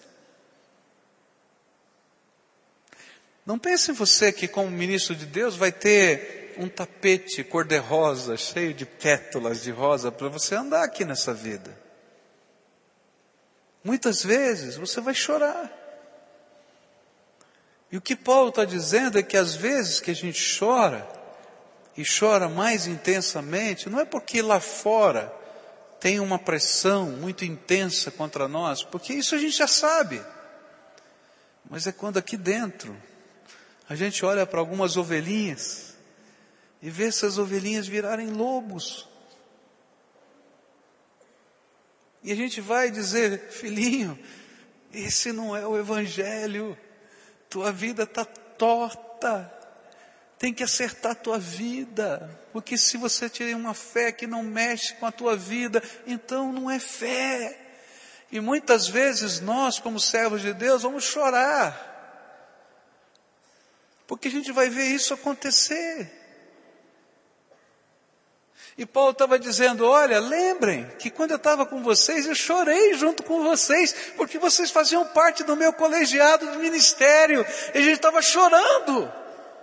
Não pense em você que como ministro de Deus vai ter um tapete cor-de-rosa, cheio de pétalas de rosa, para você andar aqui nessa vida. Muitas vezes você vai chorar. E o que Paulo está dizendo é que às vezes que a gente chora, e chora mais intensamente, não é porque lá fora tem uma pressão muito intensa contra nós, porque isso a gente já sabe. Mas é quando aqui dentro a gente olha para algumas ovelhinhas e vê essas ovelhinhas virarem lobos. E a gente vai dizer: filhinho, esse não é o evangelho, tua vida está torta, tem que acertar a tua vida, porque se você tem uma fé que não mexe com a tua vida, então não é fé. E muitas vezes nós, como servos de Deus, vamos chorar, porque a gente vai ver isso acontecer. E Paulo estava dizendo: olha, lembrem que quando eu estava com vocês, eu chorei junto com vocês, porque vocês faziam parte do meu colegiado do ministério, e a gente estava chorando.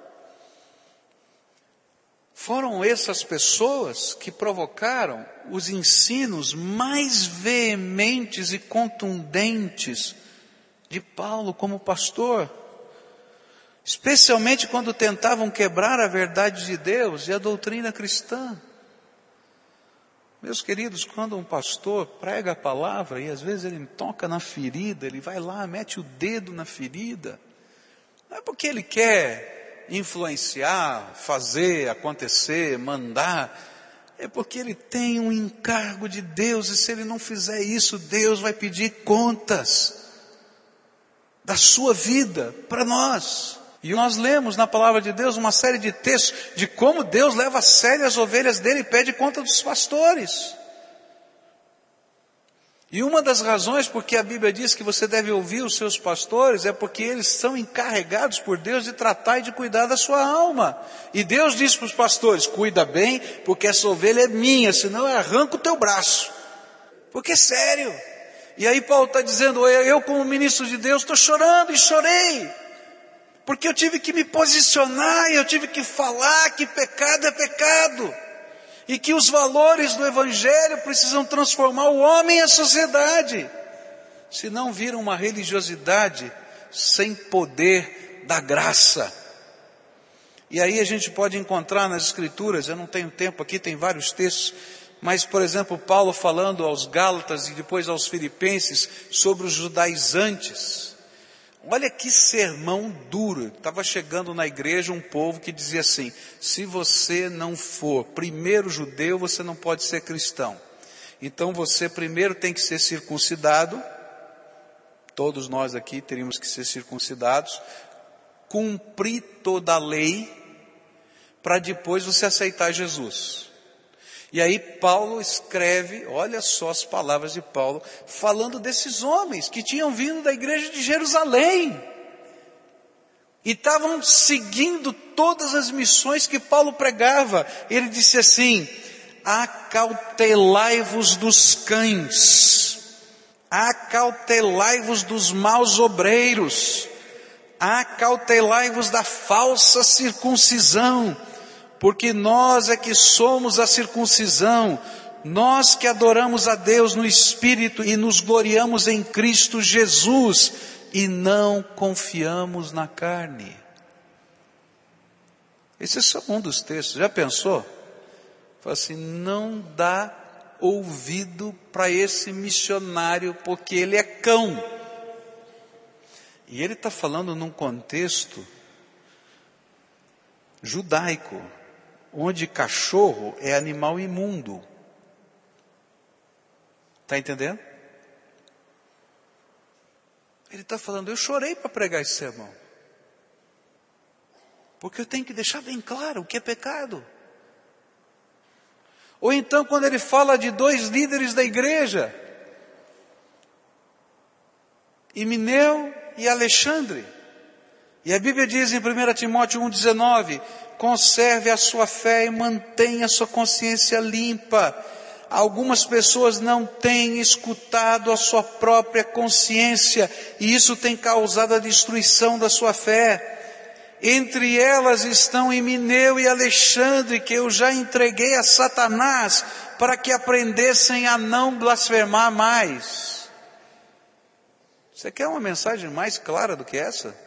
Foram essas pessoas que provocaram os ensinos mais veementes e contundentes de Paulo como pastor, especialmente quando tentavam quebrar a verdade de Deus e a doutrina cristã. Meus queridos, quando um pastor prega a palavra e às vezes ele toca na ferida, ele vai lá, mete o dedo na ferida, não é porque ele quer influenciar, fazer, acontecer, mandar, é porque ele tem um encargo de Deus, e se ele não fizer isso, Deus vai pedir contas da sua vida para nós. E nós lemos na palavra de Deus uma série de textos de como Deus leva a sério as ovelhas dele e pede conta dos pastores. E uma das razões porque a Bíblia diz que você deve ouvir os seus pastores é porque eles são encarregados por Deus de tratar e de cuidar da sua alma. E Deus diz para os pastores: cuida bem, porque essa ovelha é minha, senão eu arranco o teu braço. Porque é sério. E aí Paulo está dizendo, eu como ministro de Deus estou chorando e chorei, porque eu tive que me posicionar, e eu tive que falar que pecado é pecado, e que os valores do Evangelho precisam transformar o homem e a sociedade, senão vira uma religiosidade sem poder da graça. E aí a gente pode encontrar nas Escrituras, eu não tenho tempo aqui, tem vários textos, mas por exemplo Paulo falando aos Gálatas e depois aos Filipenses sobre os judaizantes. Olha que sermão duro. Estava chegando na igreja um povo que dizia assim, se você não for primeiro judeu, você não pode ser cristão. Então você primeiro tem que ser circuncidado, todos nós aqui teríamos que ser circuncidados, cumprir toda a lei, para depois você aceitar Jesus. E aí Paulo escreve, olha só as palavras de Paulo, falando desses homens que tinham vindo da igreja de Jerusalém, e estavam seguindo todas as missões que Paulo pregava. Ele disse assim, acautelai-vos dos cães, acautelai-vos dos maus obreiros, acautelai-vos da falsa circuncisão, porque nós é que somos a circuncisão, nós que adoramos a Deus no Espírito e nos gloriamos em Cristo Jesus e não confiamos na carne. Esse é só um dos textos, já pensou? Fala assim, não dá ouvido para esse missionário porque ele é cão. E ele está falando num contexto judaico, onde cachorro é animal imundo. Está entendendo? Ele está falando, eu chorei para pregar esse sermão, porque eu tenho que deixar bem claro o que é pecado. Ou então quando ele fala de dois líderes da igreja, Himeneu e Alexandre, e a Bíblia diz em 1 Timóteo 1,19, conserve a sua fé e mantenha a sua consciência limpa. Algumas pessoas não têm escutado a sua própria consciência, e isso tem causado a destruição da sua fé. Entre elas estão Himeneu e Alexandre, que eu já entreguei a Satanás, para que aprendessem a não blasfemar mais. Você quer uma mensagem mais clara do que essa?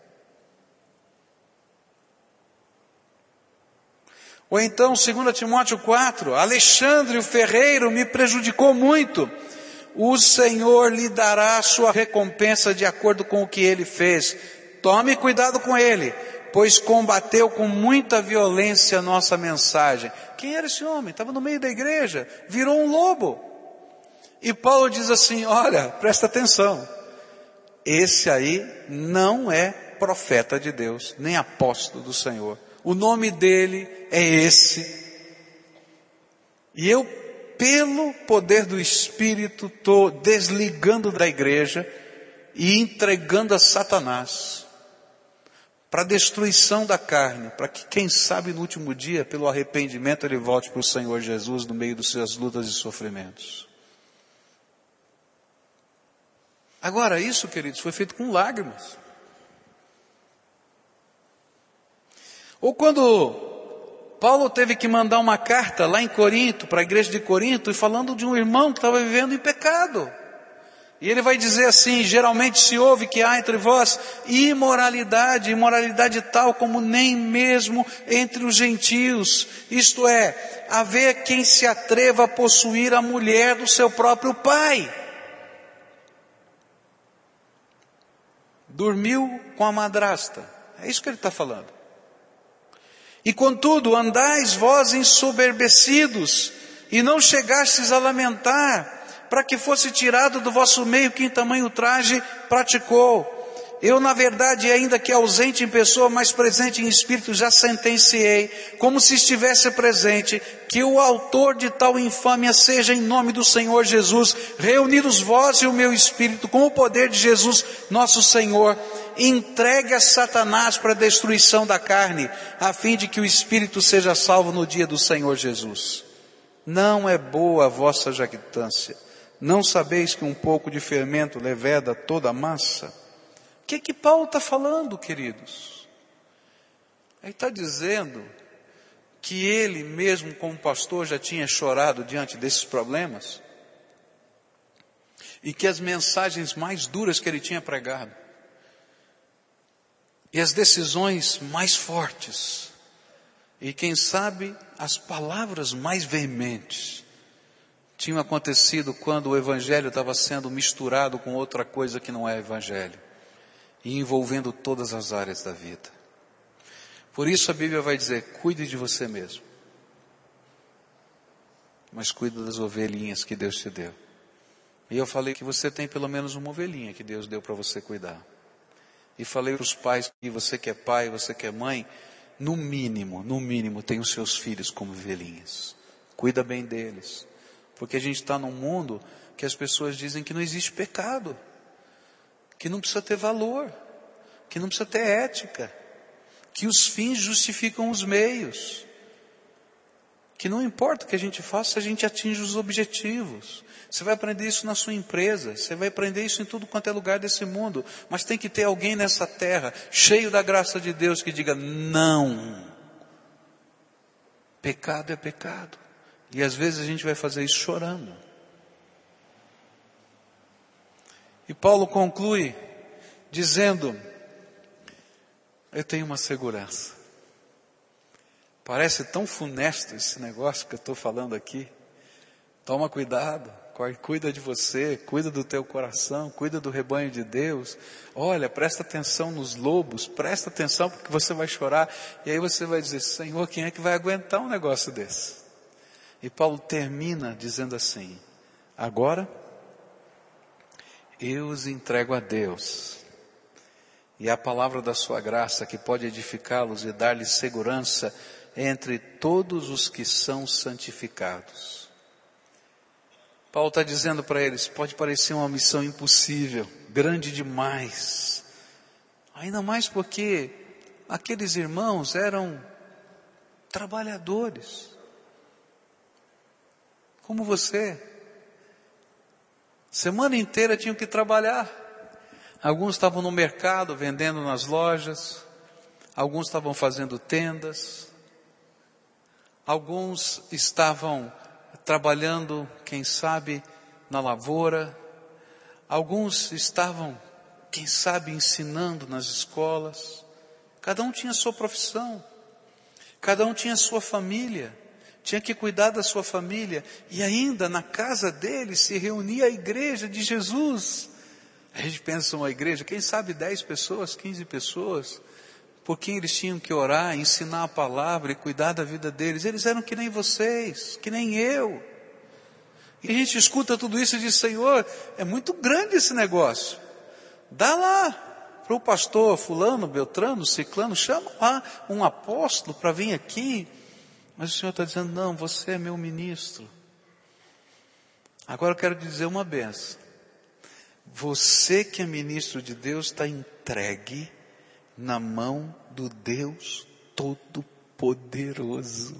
Ou então 2 Timóteo 4, Alexandre o ferreiro me prejudicou muito, o Senhor lhe dará a sua recompensa de acordo com o que ele fez. Tome cuidado com ele, pois combateu com muita violência a nossa mensagem. Quem era esse homem? Estava no meio da igreja, virou um lobo. E Paulo diz assim, olha, presta atenção, esse aí não é profeta de Deus, nem apóstolo do Senhor. O nome dele é esse. E eu, pelo poder do Espírito, estou desligando da igreja e entregando a Satanás para a destruição da carne, para que quem sabe no último dia, pelo arrependimento, ele volte para o Senhor Jesus no meio das suas lutas e sofrimentos. Agora, isso, queridos, foi feito com lágrimas. Ou quando Paulo teve que mandar uma carta lá em Corinto, para a igreja de Corinto, e falando de um irmão que estava vivendo em pecado. E ele vai dizer assim, geralmente se ouve que há entre vós imoralidade tal como nem mesmo entre os gentios. Isto é, haver quem se atreva a possuir a mulher do seu próprio pai. Dormiu com a madrasta. É isso que ele está falando. E contudo, andais vós ensoberbecidos, e não chegastes a lamentar, para que fosse tirado do vosso meio quem tamanho traje praticou. Eu, na verdade, ainda que ausente em pessoa, mas presente em espírito, já sentenciei, como se estivesse presente, que o autor de tal infâmia seja em nome do Senhor Jesus, reunidos vós e o meu espírito, com o poder de Jesus, nosso Senhor, entregue a Satanás para a destruição da carne, a fim de que o espírito seja salvo no dia do Senhor Jesus. Não é boa a vossa jactância. Não sabeis que um pouco de fermento leveda toda a massa? O que Paulo está falando, queridos? Ele está dizendo que ele mesmo como pastor já tinha chorado diante desses problemas, e que as mensagens mais duras que ele tinha pregado, e as decisões mais fortes, e quem sabe as palavras mais veementes, tinham acontecido quando o evangelho estava sendo misturado com outra coisa que não é evangelho, e envolvendo todas as áreas da vida. Por isso a Bíblia vai dizer, cuide de você mesmo, mas cuide das ovelhinhas que Deus te deu. E eu falei que você tem pelo menos uma ovelhinha que Deus deu para você cuidar. E falei para os pais que você que é pai, você que é mãe, no mínimo, tem os seus filhos como ovelhinhas. Cuida bem deles. Porque a gente está num mundo que as pessoas dizem que não existe pecado, que não precisa ter valor, que não precisa ter ética, que os fins justificam os meios, que não importa o que a gente faça, a gente atinge os objetivos. Você vai aprender isso na sua empresa, você vai aprender isso em tudo quanto é lugar desse mundo, mas tem que ter alguém nessa terra, cheio da graça de Deus, que diga, não, pecado é pecado, e às vezes a gente vai fazer isso chorando. E Paulo conclui, dizendo, eu tenho uma segurança. Parece tão funesto esse negócio que eu estou falando aqui. Toma cuidado, cuida de você, cuida do teu coração, cuida do rebanho de Deus. Olha, presta atenção nos lobos, presta atenção porque você vai chorar. E aí você vai dizer, Senhor, quem é que vai aguentar um negócio desse? E Paulo termina dizendo assim, agora eu os entrego a Deus. E a palavra da sua graça que pode edificá-los e dar-lhes segurança entre todos os que são santificados. Paulo está dizendo para eles, pode parecer uma missão impossível, grande demais. Ainda mais porque aqueles irmãos eram trabalhadores, como você. Semana inteira tinham que trabalhar. Alguns estavam no mercado, vendendo nas lojas. Alguns estavam fazendo tendas. Alguns estavam trabalhando, quem sabe, na lavoura. Alguns estavam, quem sabe, ensinando nas escolas. Cada um tinha sua profissão. Cada um tinha sua família. Tinha que cuidar da sua família. E ainda na casa deles se reunia a igreja de Jesus. A gente pensa uma igreja, quem sabe 10 pessoas, 15 pessoas, por quem eles tinham que orar, ensinar a palavra e cuidar da vida deles. Eles eram que nem vocês, que nem eu. E a gente escuta tudo isso e diz, Senhor, é muito grande esse negócio. Dá lá para o pastor fulano, beltrano, ciclano, chama lá um apóstolo para vir aqui. Mas o Senhor está dizendo, não, você é meu ministro. Agora eu quero te dizer uma benção. Você que é ministro de Deus está entregue na mão do Deus Todo-Poderoso.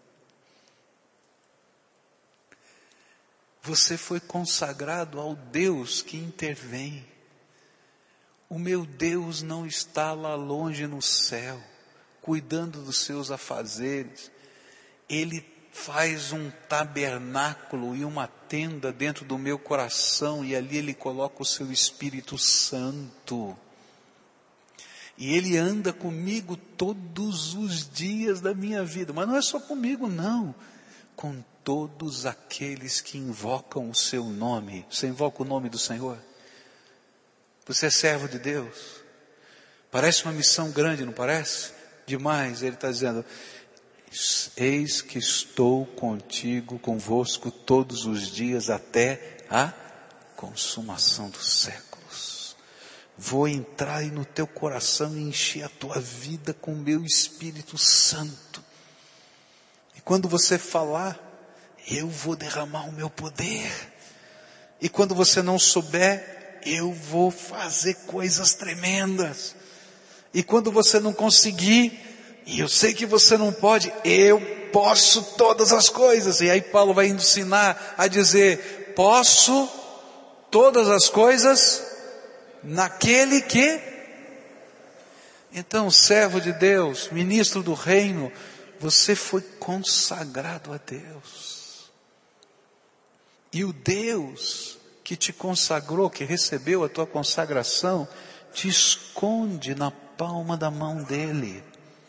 Você foi consagrado ao Deus que intervém. O meu Deus não está lá longe no céu, cuidando dos seus afazeres. Ele faz um tabernáculo e uma tenda dentro do meu coração, e ali Ele coloca o seu Espírito Santo. E Ele anda comigo todos os dias da minha vida. Mas não é só comigo, não. Com todos aqueles que invocam o seu nome. Você invoca o nome do Senhor? Você é servo de Deus? Parece uma missão grande, não parece? Demais. Ele está dizendo, eis que estou convosco todos os dias até a consumação dos séculos. Vou entrar aí no teu coração e encher a tua vida com o meu Espírito Santo. E quando você falar, eu vou derramar o meu poder. E quando você não souber, eu vou fazer coisas tremendas. E quando você não conseguir, e eu sei que você não pode, eu posso todas as coisas. E aí Paulo vai ensinar a dizer, posso todas as coisas naquele que... Então, servo de Deus, ministro do reino, você foi consagrado a Deus. E o Deus que te consagrou, que recebeu a tua consagração, te esconde na palma da mão dele.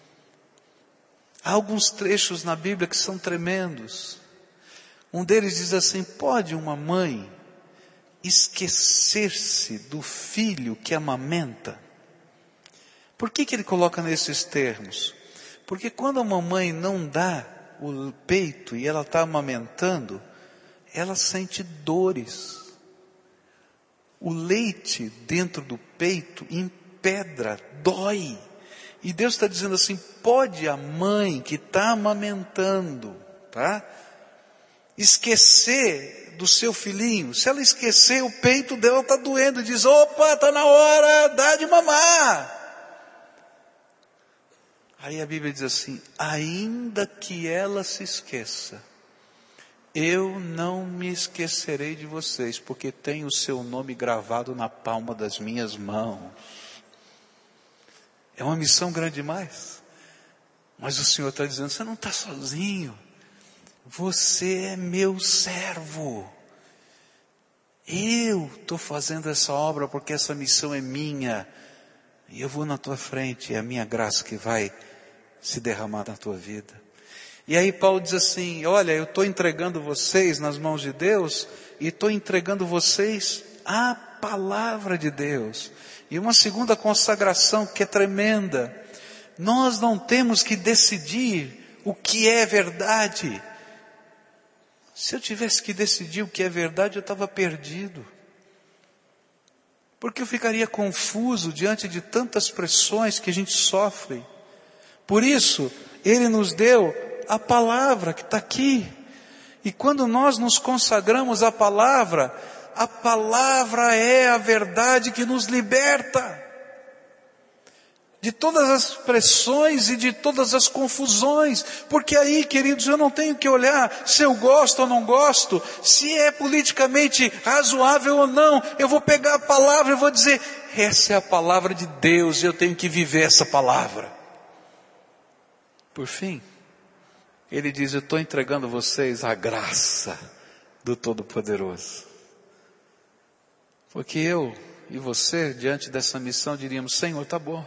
Há alguns trechos na Bíblia que são tremendos. Um deles diz assim: pode uma mãe esquecer-se do filho que amamenta? Por que ele coloca nesses termos? Porque quando a mamãe não dá o peito e ela está amamentando, ela sente dores. O leite dentro do peito empedra, dói. E Deus está dizendo assim: pode a mãe que está amamentando, tá? Esquecer do seu filhinho. Se ela esquecer, o peito dela está doendo. Diz: opa, está na hora, dá de mamar. Aí a Bíblia diz assim: ainda que ela se esqueça, eu não me esquecerei de vocês, porque tenho o seu nome gravado na palma das minhas mãos. É uma missão grande demais. Mas o Senhor está dizendo: você não está sozinho. Você é meu servo. Eu estou fazendo essa obra porque essa missão é minha. E eu vou na tua frente. É a minha graça que vai se derramar na tua vida. E aí Paulo diz assim: olha, eu estou entregando vocês nas mãos de Deus. E estou entregando vocês a palavra de Deus. E uma segunda consagração que é tremenda. Nós não temos que decidir o que é verdade. Se eu tivesse que decidir o que é verdade, eu estava perdido. Porque eu ficaria confuso diante de tantas pressões que a gente sofre. Por isso, Ele nos deu a palavra que está aqui. E quando nós nos consagramos à palavra é a verdade que nos liberta de todas as pressões e de todas as confusões. Porque aí, queridos, eu não tenho que olhar se eu gosto ou não gosto, se é politicamente razoável ou não. Eu vou pegar a palavra e vou dizer: essa é a palavra de Deus e eu tenho que viver essa palavra. Por fim, Ele diz: eu estou entregando vocês a graça do Todo-Poderoso. Porque eu e você, diante dessa missão, diríamos: Senhor, tá bom.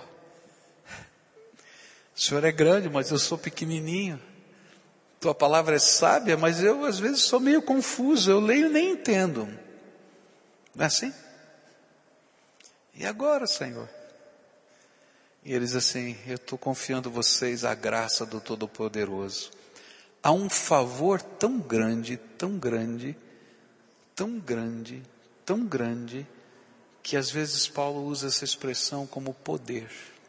O Senhor é grande, mas eu sou pequenininho. Tua palavra é sábia, mas eu às vezes sou meio confuso. Eu leio e nem entendo. Não é assim? E agora, Senhor? E Ele diz assim: eu estou confiando vocês a graça do Todo-Poderoso. Há um favor tão grande, tão grande, tão grande, tão grande, que às vezes Paulo usa essa expressão como poder.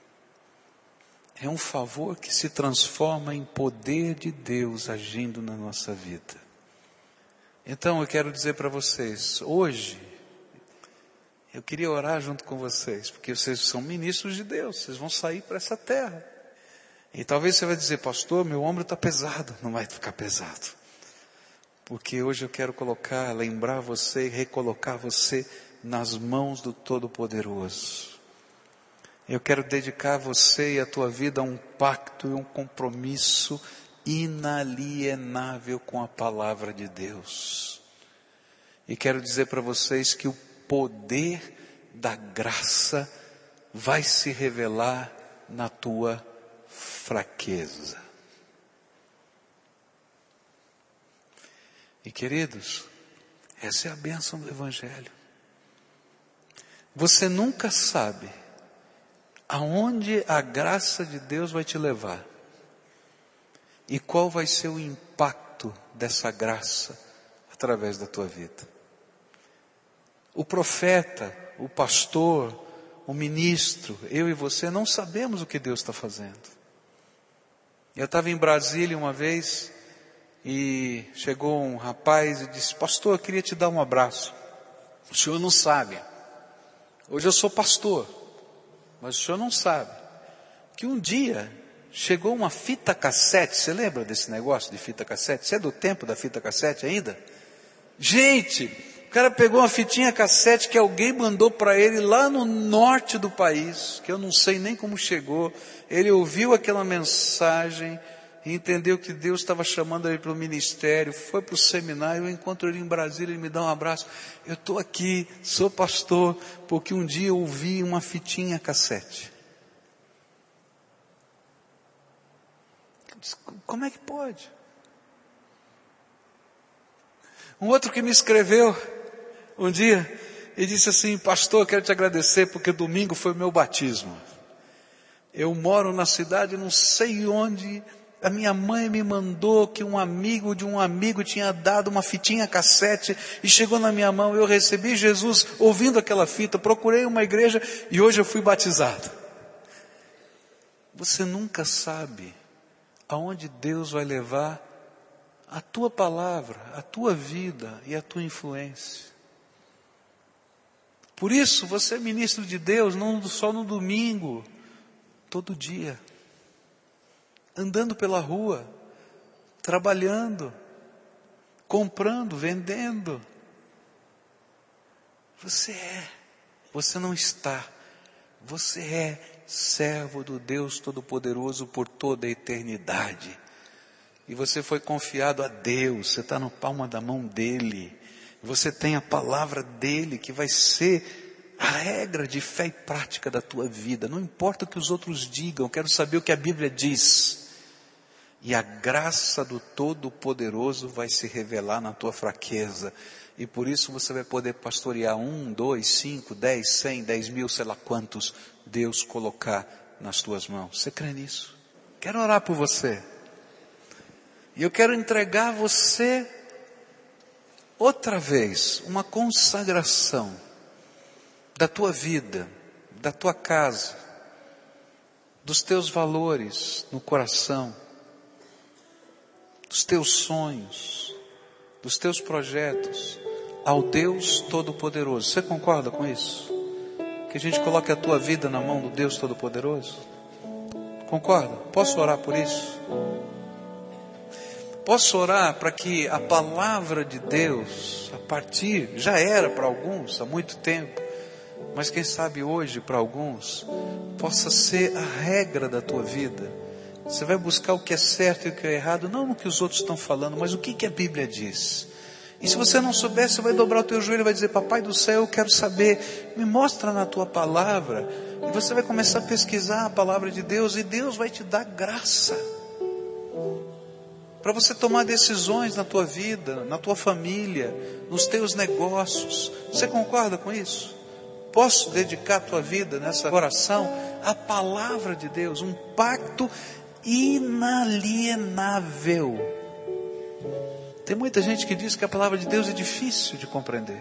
É um favor que se transforma em poder de Deus agindo na nossa vida. Então eu quero dizer para vocês, hoje, eu queria orar junto com vocês, porque vocês são ministros de Deus, vocês vão sair para essa terra. E talvez você vai dizer: pastor, meu ombro está pesado. Não vai ficar pesado. Porque hoje eu quero lembrar você e recolocar você nas mãos do Todo-Poderoso. Eu quero dedicar você e a tua vida a um pacto e um compromisso inalienável com a palavra de Deus. E quero dizer para vocês que o poder da graça vai se revelar na tua fraqueza. E queridos, essa é a bênção do Evangelho. Você nunca sabe aonde a graça de Deus vai te levar e qual vai ser o impacto dessa graça através da tua vida. O profeta, o pastor, o ministro, eu e você não sabemos o que Deus está fazendo. Eu estava em Brasília uma vez e chegou um rapaz e disse: pastor, eu queria te dar um abraço. O senhor não sabe. Hoje eu sou pastor, mas o senhor não sabe que um dia chegou uma fita cassete. Você lembra desse negócio de fita cassete? Você é do tempo da fita cassete ainda? Gente, o cara pegou uma fitinha cassete que alguém mandou para ele lá no norte do país, que eu não sei nem como chegou. Ele ouviu aquela mensagem e entendeu que Deus estava chamando ele para o ministério, foi para o seminário. Eu encontro ele em Brasília, ele me dá um abraço. Eu estou aqui, sou pastor, porque um dia eu ouvi uma fitinha cassete. Como é que pode? Um outro que me escreveu um dia e disse assim: pastor, eu quero te agradecer porque domingo foi o meu batismo. Eu moro na cidade, não sei onde, a minha mãe me mandou que um amigo de um amigo tinha dado uma fitinha cassete e chegou na minha mão. Eu recebi Jesus ouvindo aquela fita, procurei uma igreja e hoje eu fui batizado. Você nunca sabe aonde Deus vai levar a tua palavra, a tua vida e a tua influência. Por isso, você é ministro de Deus, não só no domingo, todo dia. Andando pela rua, trabalhando, comprando, vendendo. Você não está, você é servo do Deus Todo-Poderoso por toda a eternidade. E você foi confiado a Deus, você está na palma da mão dEle. Você tem a palavra dEle que vai ser a regra de fé e prática da tua vida. Não importa o que os outros digam, eu quero saber o que a Bíblia diz. E a graça do Todo-Poderoso vai se revelar na tua fraqueza. E por isso você vai poder pastorear 1, 2, 5, 10, 100, 10 mil, sei lá quantos Deus colocar nas tuas mãos. Você crê nisso? Quero orar por você. E eu quero entregar a você outra vez uma consagração da tua vida, da tua casa, dos teus valores no coração, dos teus sonhos, dos teus projetos, ao Deus Todo-Poderoso. Você concorda com isso? Que a gente coloque a tua vida na mão do Deus Todo-Poderoso? Concorda? Posso orar por isso? Posso orar para que a palavra de Deus, já era para alguns há muito tempo, mas quem sabe hoje para alguns, possa ser a regra da tua vida. Você vai buscar o que é certo e o que é errado, não no que os outros estão falando, mas o que a Bíblia diz. E se você não souber, você vai dobrar o teu joelho e vai dizer: papai do céu, eu quero saber, me mostra na tua palavra. E você vai começar a pesquisar a palavra de Deus, e Deus vai te dar graça para você tomar decisões na tua vida, na tua família, nos teus negócios. Você concorda com isso? Posso dedicar a tua vida nessa oração à palavra de Deus, um pacto inalienável. Tem muita gente que diz que a palavra de Deus é difícil de compreender.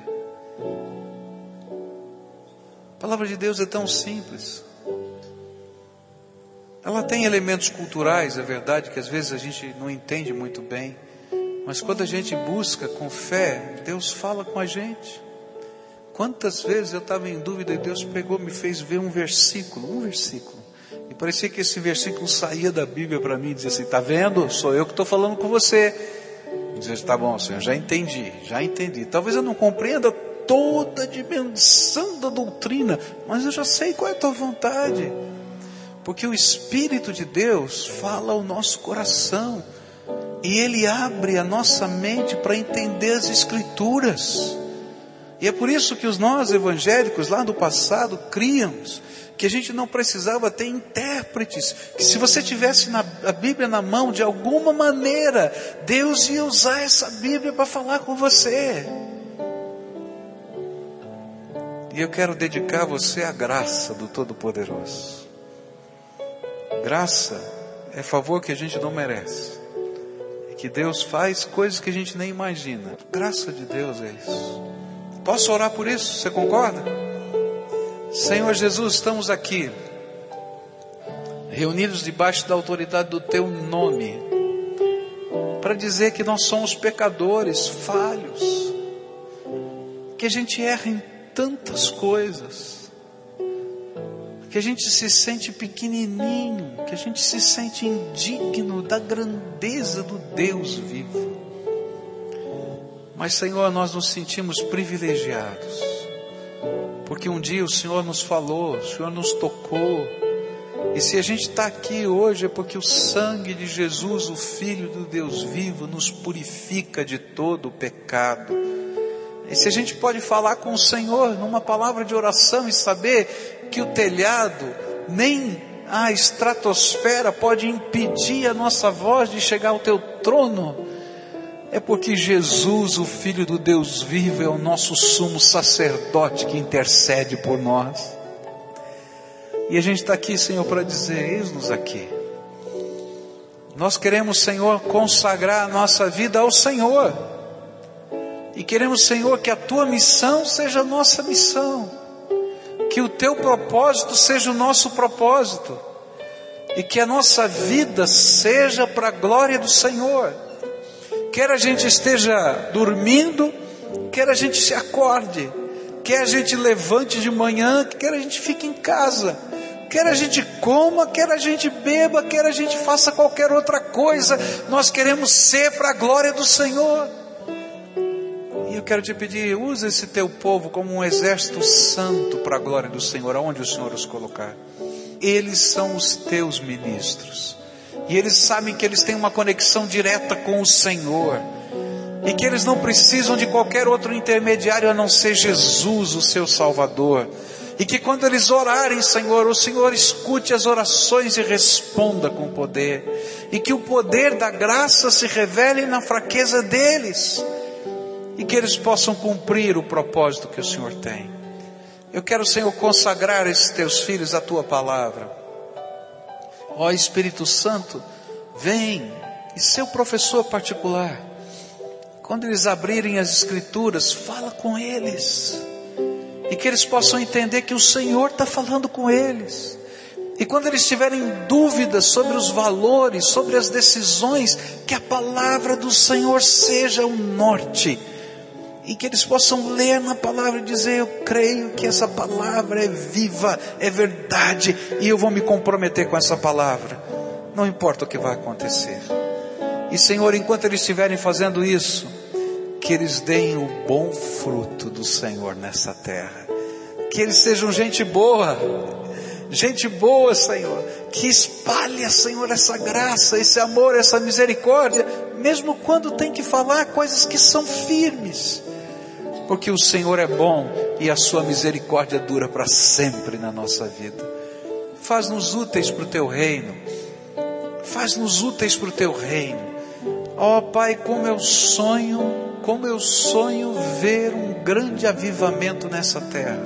A palavra de Deus é tão simples. Ela tem elementos culturais, é verdade, que às vezes a gente não entende muito bem. Mas quando a gente busca com fé, Deus fala com a gente. Quantas vezes eu estava em dúvida e Deus pegou, me fez ver um versículo. E parecia que esse versículo saía da Bíblia para mim e dizia assim: está vendo? Sou eu que estou falando com você. Eu dizia: tá bom, Senhor, já entendi. Talvez eu não compreenda toda a dimensão da doutrina, mas eu já sei qual é a tua vontade. Porque o Espírito de Deus fala ao nosso coração. E Ele abre a nossa mente para entender as Escrituras. E é por isso que nós evangélicos lá do passado críamos que a gente não precisava ter intérpretes. Que se você tivesse a Bíblia na mão, de alguma maneira, Deus ia usar essa Bíblia para falar com você. E eu quero dedicar a você a graça do Todo-Poderoso. Graça é favor que a gente não merece. E que Deus faz coisas que a gente nem imagina. Graça de Deus é isso. Posso orar por isso? Você concorda? Senhor Jesus, estamos aqui, reunidos debaixo da autoridade do Teu nome, para dizer que nós somos pecadores, falhos, que a gente erra em tantas coisas, que a gente se sente pequenininho, que a gente se sente indigno da grandeza do Deus vivo. Mas, Senhor, nós nos sentimos privilegiados, porque um dia o Senhor nos falou, o Senhor nos tocou. E se a gente está aqui hoje é porque o sangue de Jesus, o Filho do Deus vivo, nos purifica de todo o pecado. E se a gente pode falar com o Senhor numa palavra de oração e saber que o telhado, nem a estratosfera pode impedir a nossa voz de chegar ao teu trono, é porque Jesus, o Filho do Deus vivo, é o nosso sumo sacerdote que intercede por nós. E a gente está aqui, Senhor, para dizer: eis-nos aqui. Nós queremos, Senhor, consagrar a nossa vida ao Senhor. E queremos, Senhor, que a tua missão seja a nossa missão. Que o teu propósito seja o nosso propósito. E que a nossa vida seja para a glória do Senhor. Quer a gente esteja dormindo, quer a gente se acorde, quer a gente levante de manhã, quer a gente fique em casa, quer a gente coma, quer a gente beba, quer a gente faça qualquer outra coisa, nós queremos ser para a glória do Senhor. E eu quero te pedir, usa esse teu povo como um exército santo para a glória do Senhor, aonde o Senhor os colocar. Eles são os teus ministros. E eles sabem que eles têm uma conexão direta com o Senhor. E que eles não precisam de qualquer outro intermediário a não ser Jesus, o seu Salvador. E que quando eles orarem, Senhor, o Senhor escute as orações e responda com poder. E que o poder da graça se revele na fraqueza deles. E que eles possam cumprir o propósito que o Senhor tem. Eu quero, Senhor, consagrar esses teus filhos à tua palavra. Ó Espírito Santo, vem e seu professor particular. Quando eles abrirem as Escrituras, fala com eles. E que eles possam entender que o Senhor está falando com eles. E quando eles tiverem dúvidas sobre os valores, sobre as decisões, que a palavra do Senhor seja o norte. E que eles possam ler na palavra e dizer: eu creio que essa palavra é viva, é verdade, e eu vou me comprometer com essa palavra, não importa o que vai acontecer. E Senhor, enquanto eles estiverem fazendo isso, que eles deem o bom fruto do Senhor nessa terra, que eles sejam gente boa, Senhor, que espalhe, Senhor, essa graça, esse amor, essa misericórdia, mesmo quando tem que falar coisas que são firmes, porque o Senhor é bom e a sua misericórdia dura para sempre na nossa vida. Faz-nos úteis para o teu reino. Faz-nos úteis para o teu reino. Ó Pai, como eu sonho ver um grande avivamento nessa terra.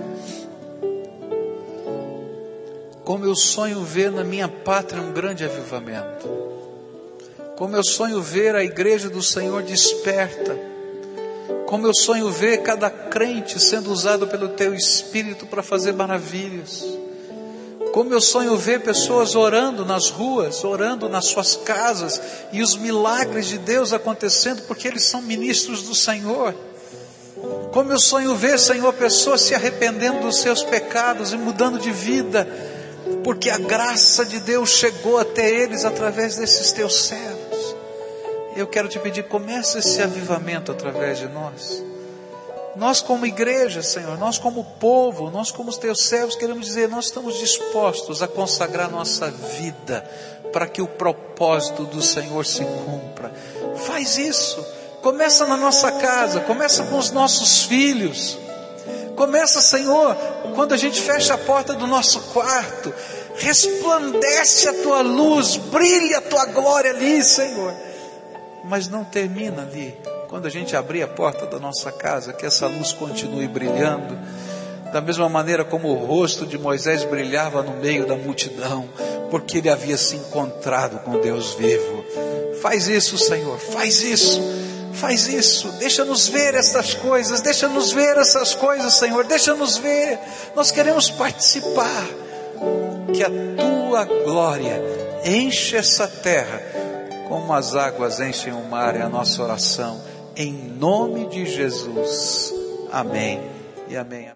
Como eu sonho ver na minha pátria um grande avivamento. Como eu sonho ver a igreja do Senhor desperta. Como eu sonho ver cada crente sendo usado pelo teu Espírito para fazer maravilhas. Como eu sonho ver pessoas orando nas ruas, orando nas suas casas, e os milagres de Deus acontecendo, porque eles são ministros do Senhor. Como eu sonho ver, Senhor, pessoas se arrependendo dos seus pecados e mudando de vida, porque a graça de Deus chegou até eles através desses teus servos. Eu quero te pedir, começa esse avivamento através de nós. Nós como igreja, Senhor, nós como povo, nós como os teus servos, queremos dizer, nós estamos dispostos a consagrar nossa vida para que o propósito do Senhor se cumpra. Faz isso. Começa na nossa casa, começa com os nossos filhos. Começa, Senhor, quando a gente fecha a porta do nosso quarto. Resplandece a tua luz, brilha a tua glória ali, Senhor. Mas não termina ali. Quando a gente abrir a porta da nossa casa, que essa luz continue brilhando, da mesma maneira como o rosto de Moisés brilhava no meio da multidão, porque ele havia se encontrado com Deus vivo. Faz isso, Senhor, faz isso, deixa-nos ver essas coisas, Senhor, deixa-nos ver, nós queremos participar, que a tua glória enche essa terra, como as águas enchem o mar, é a nossa oração, em nome de Jesus, amém e amém.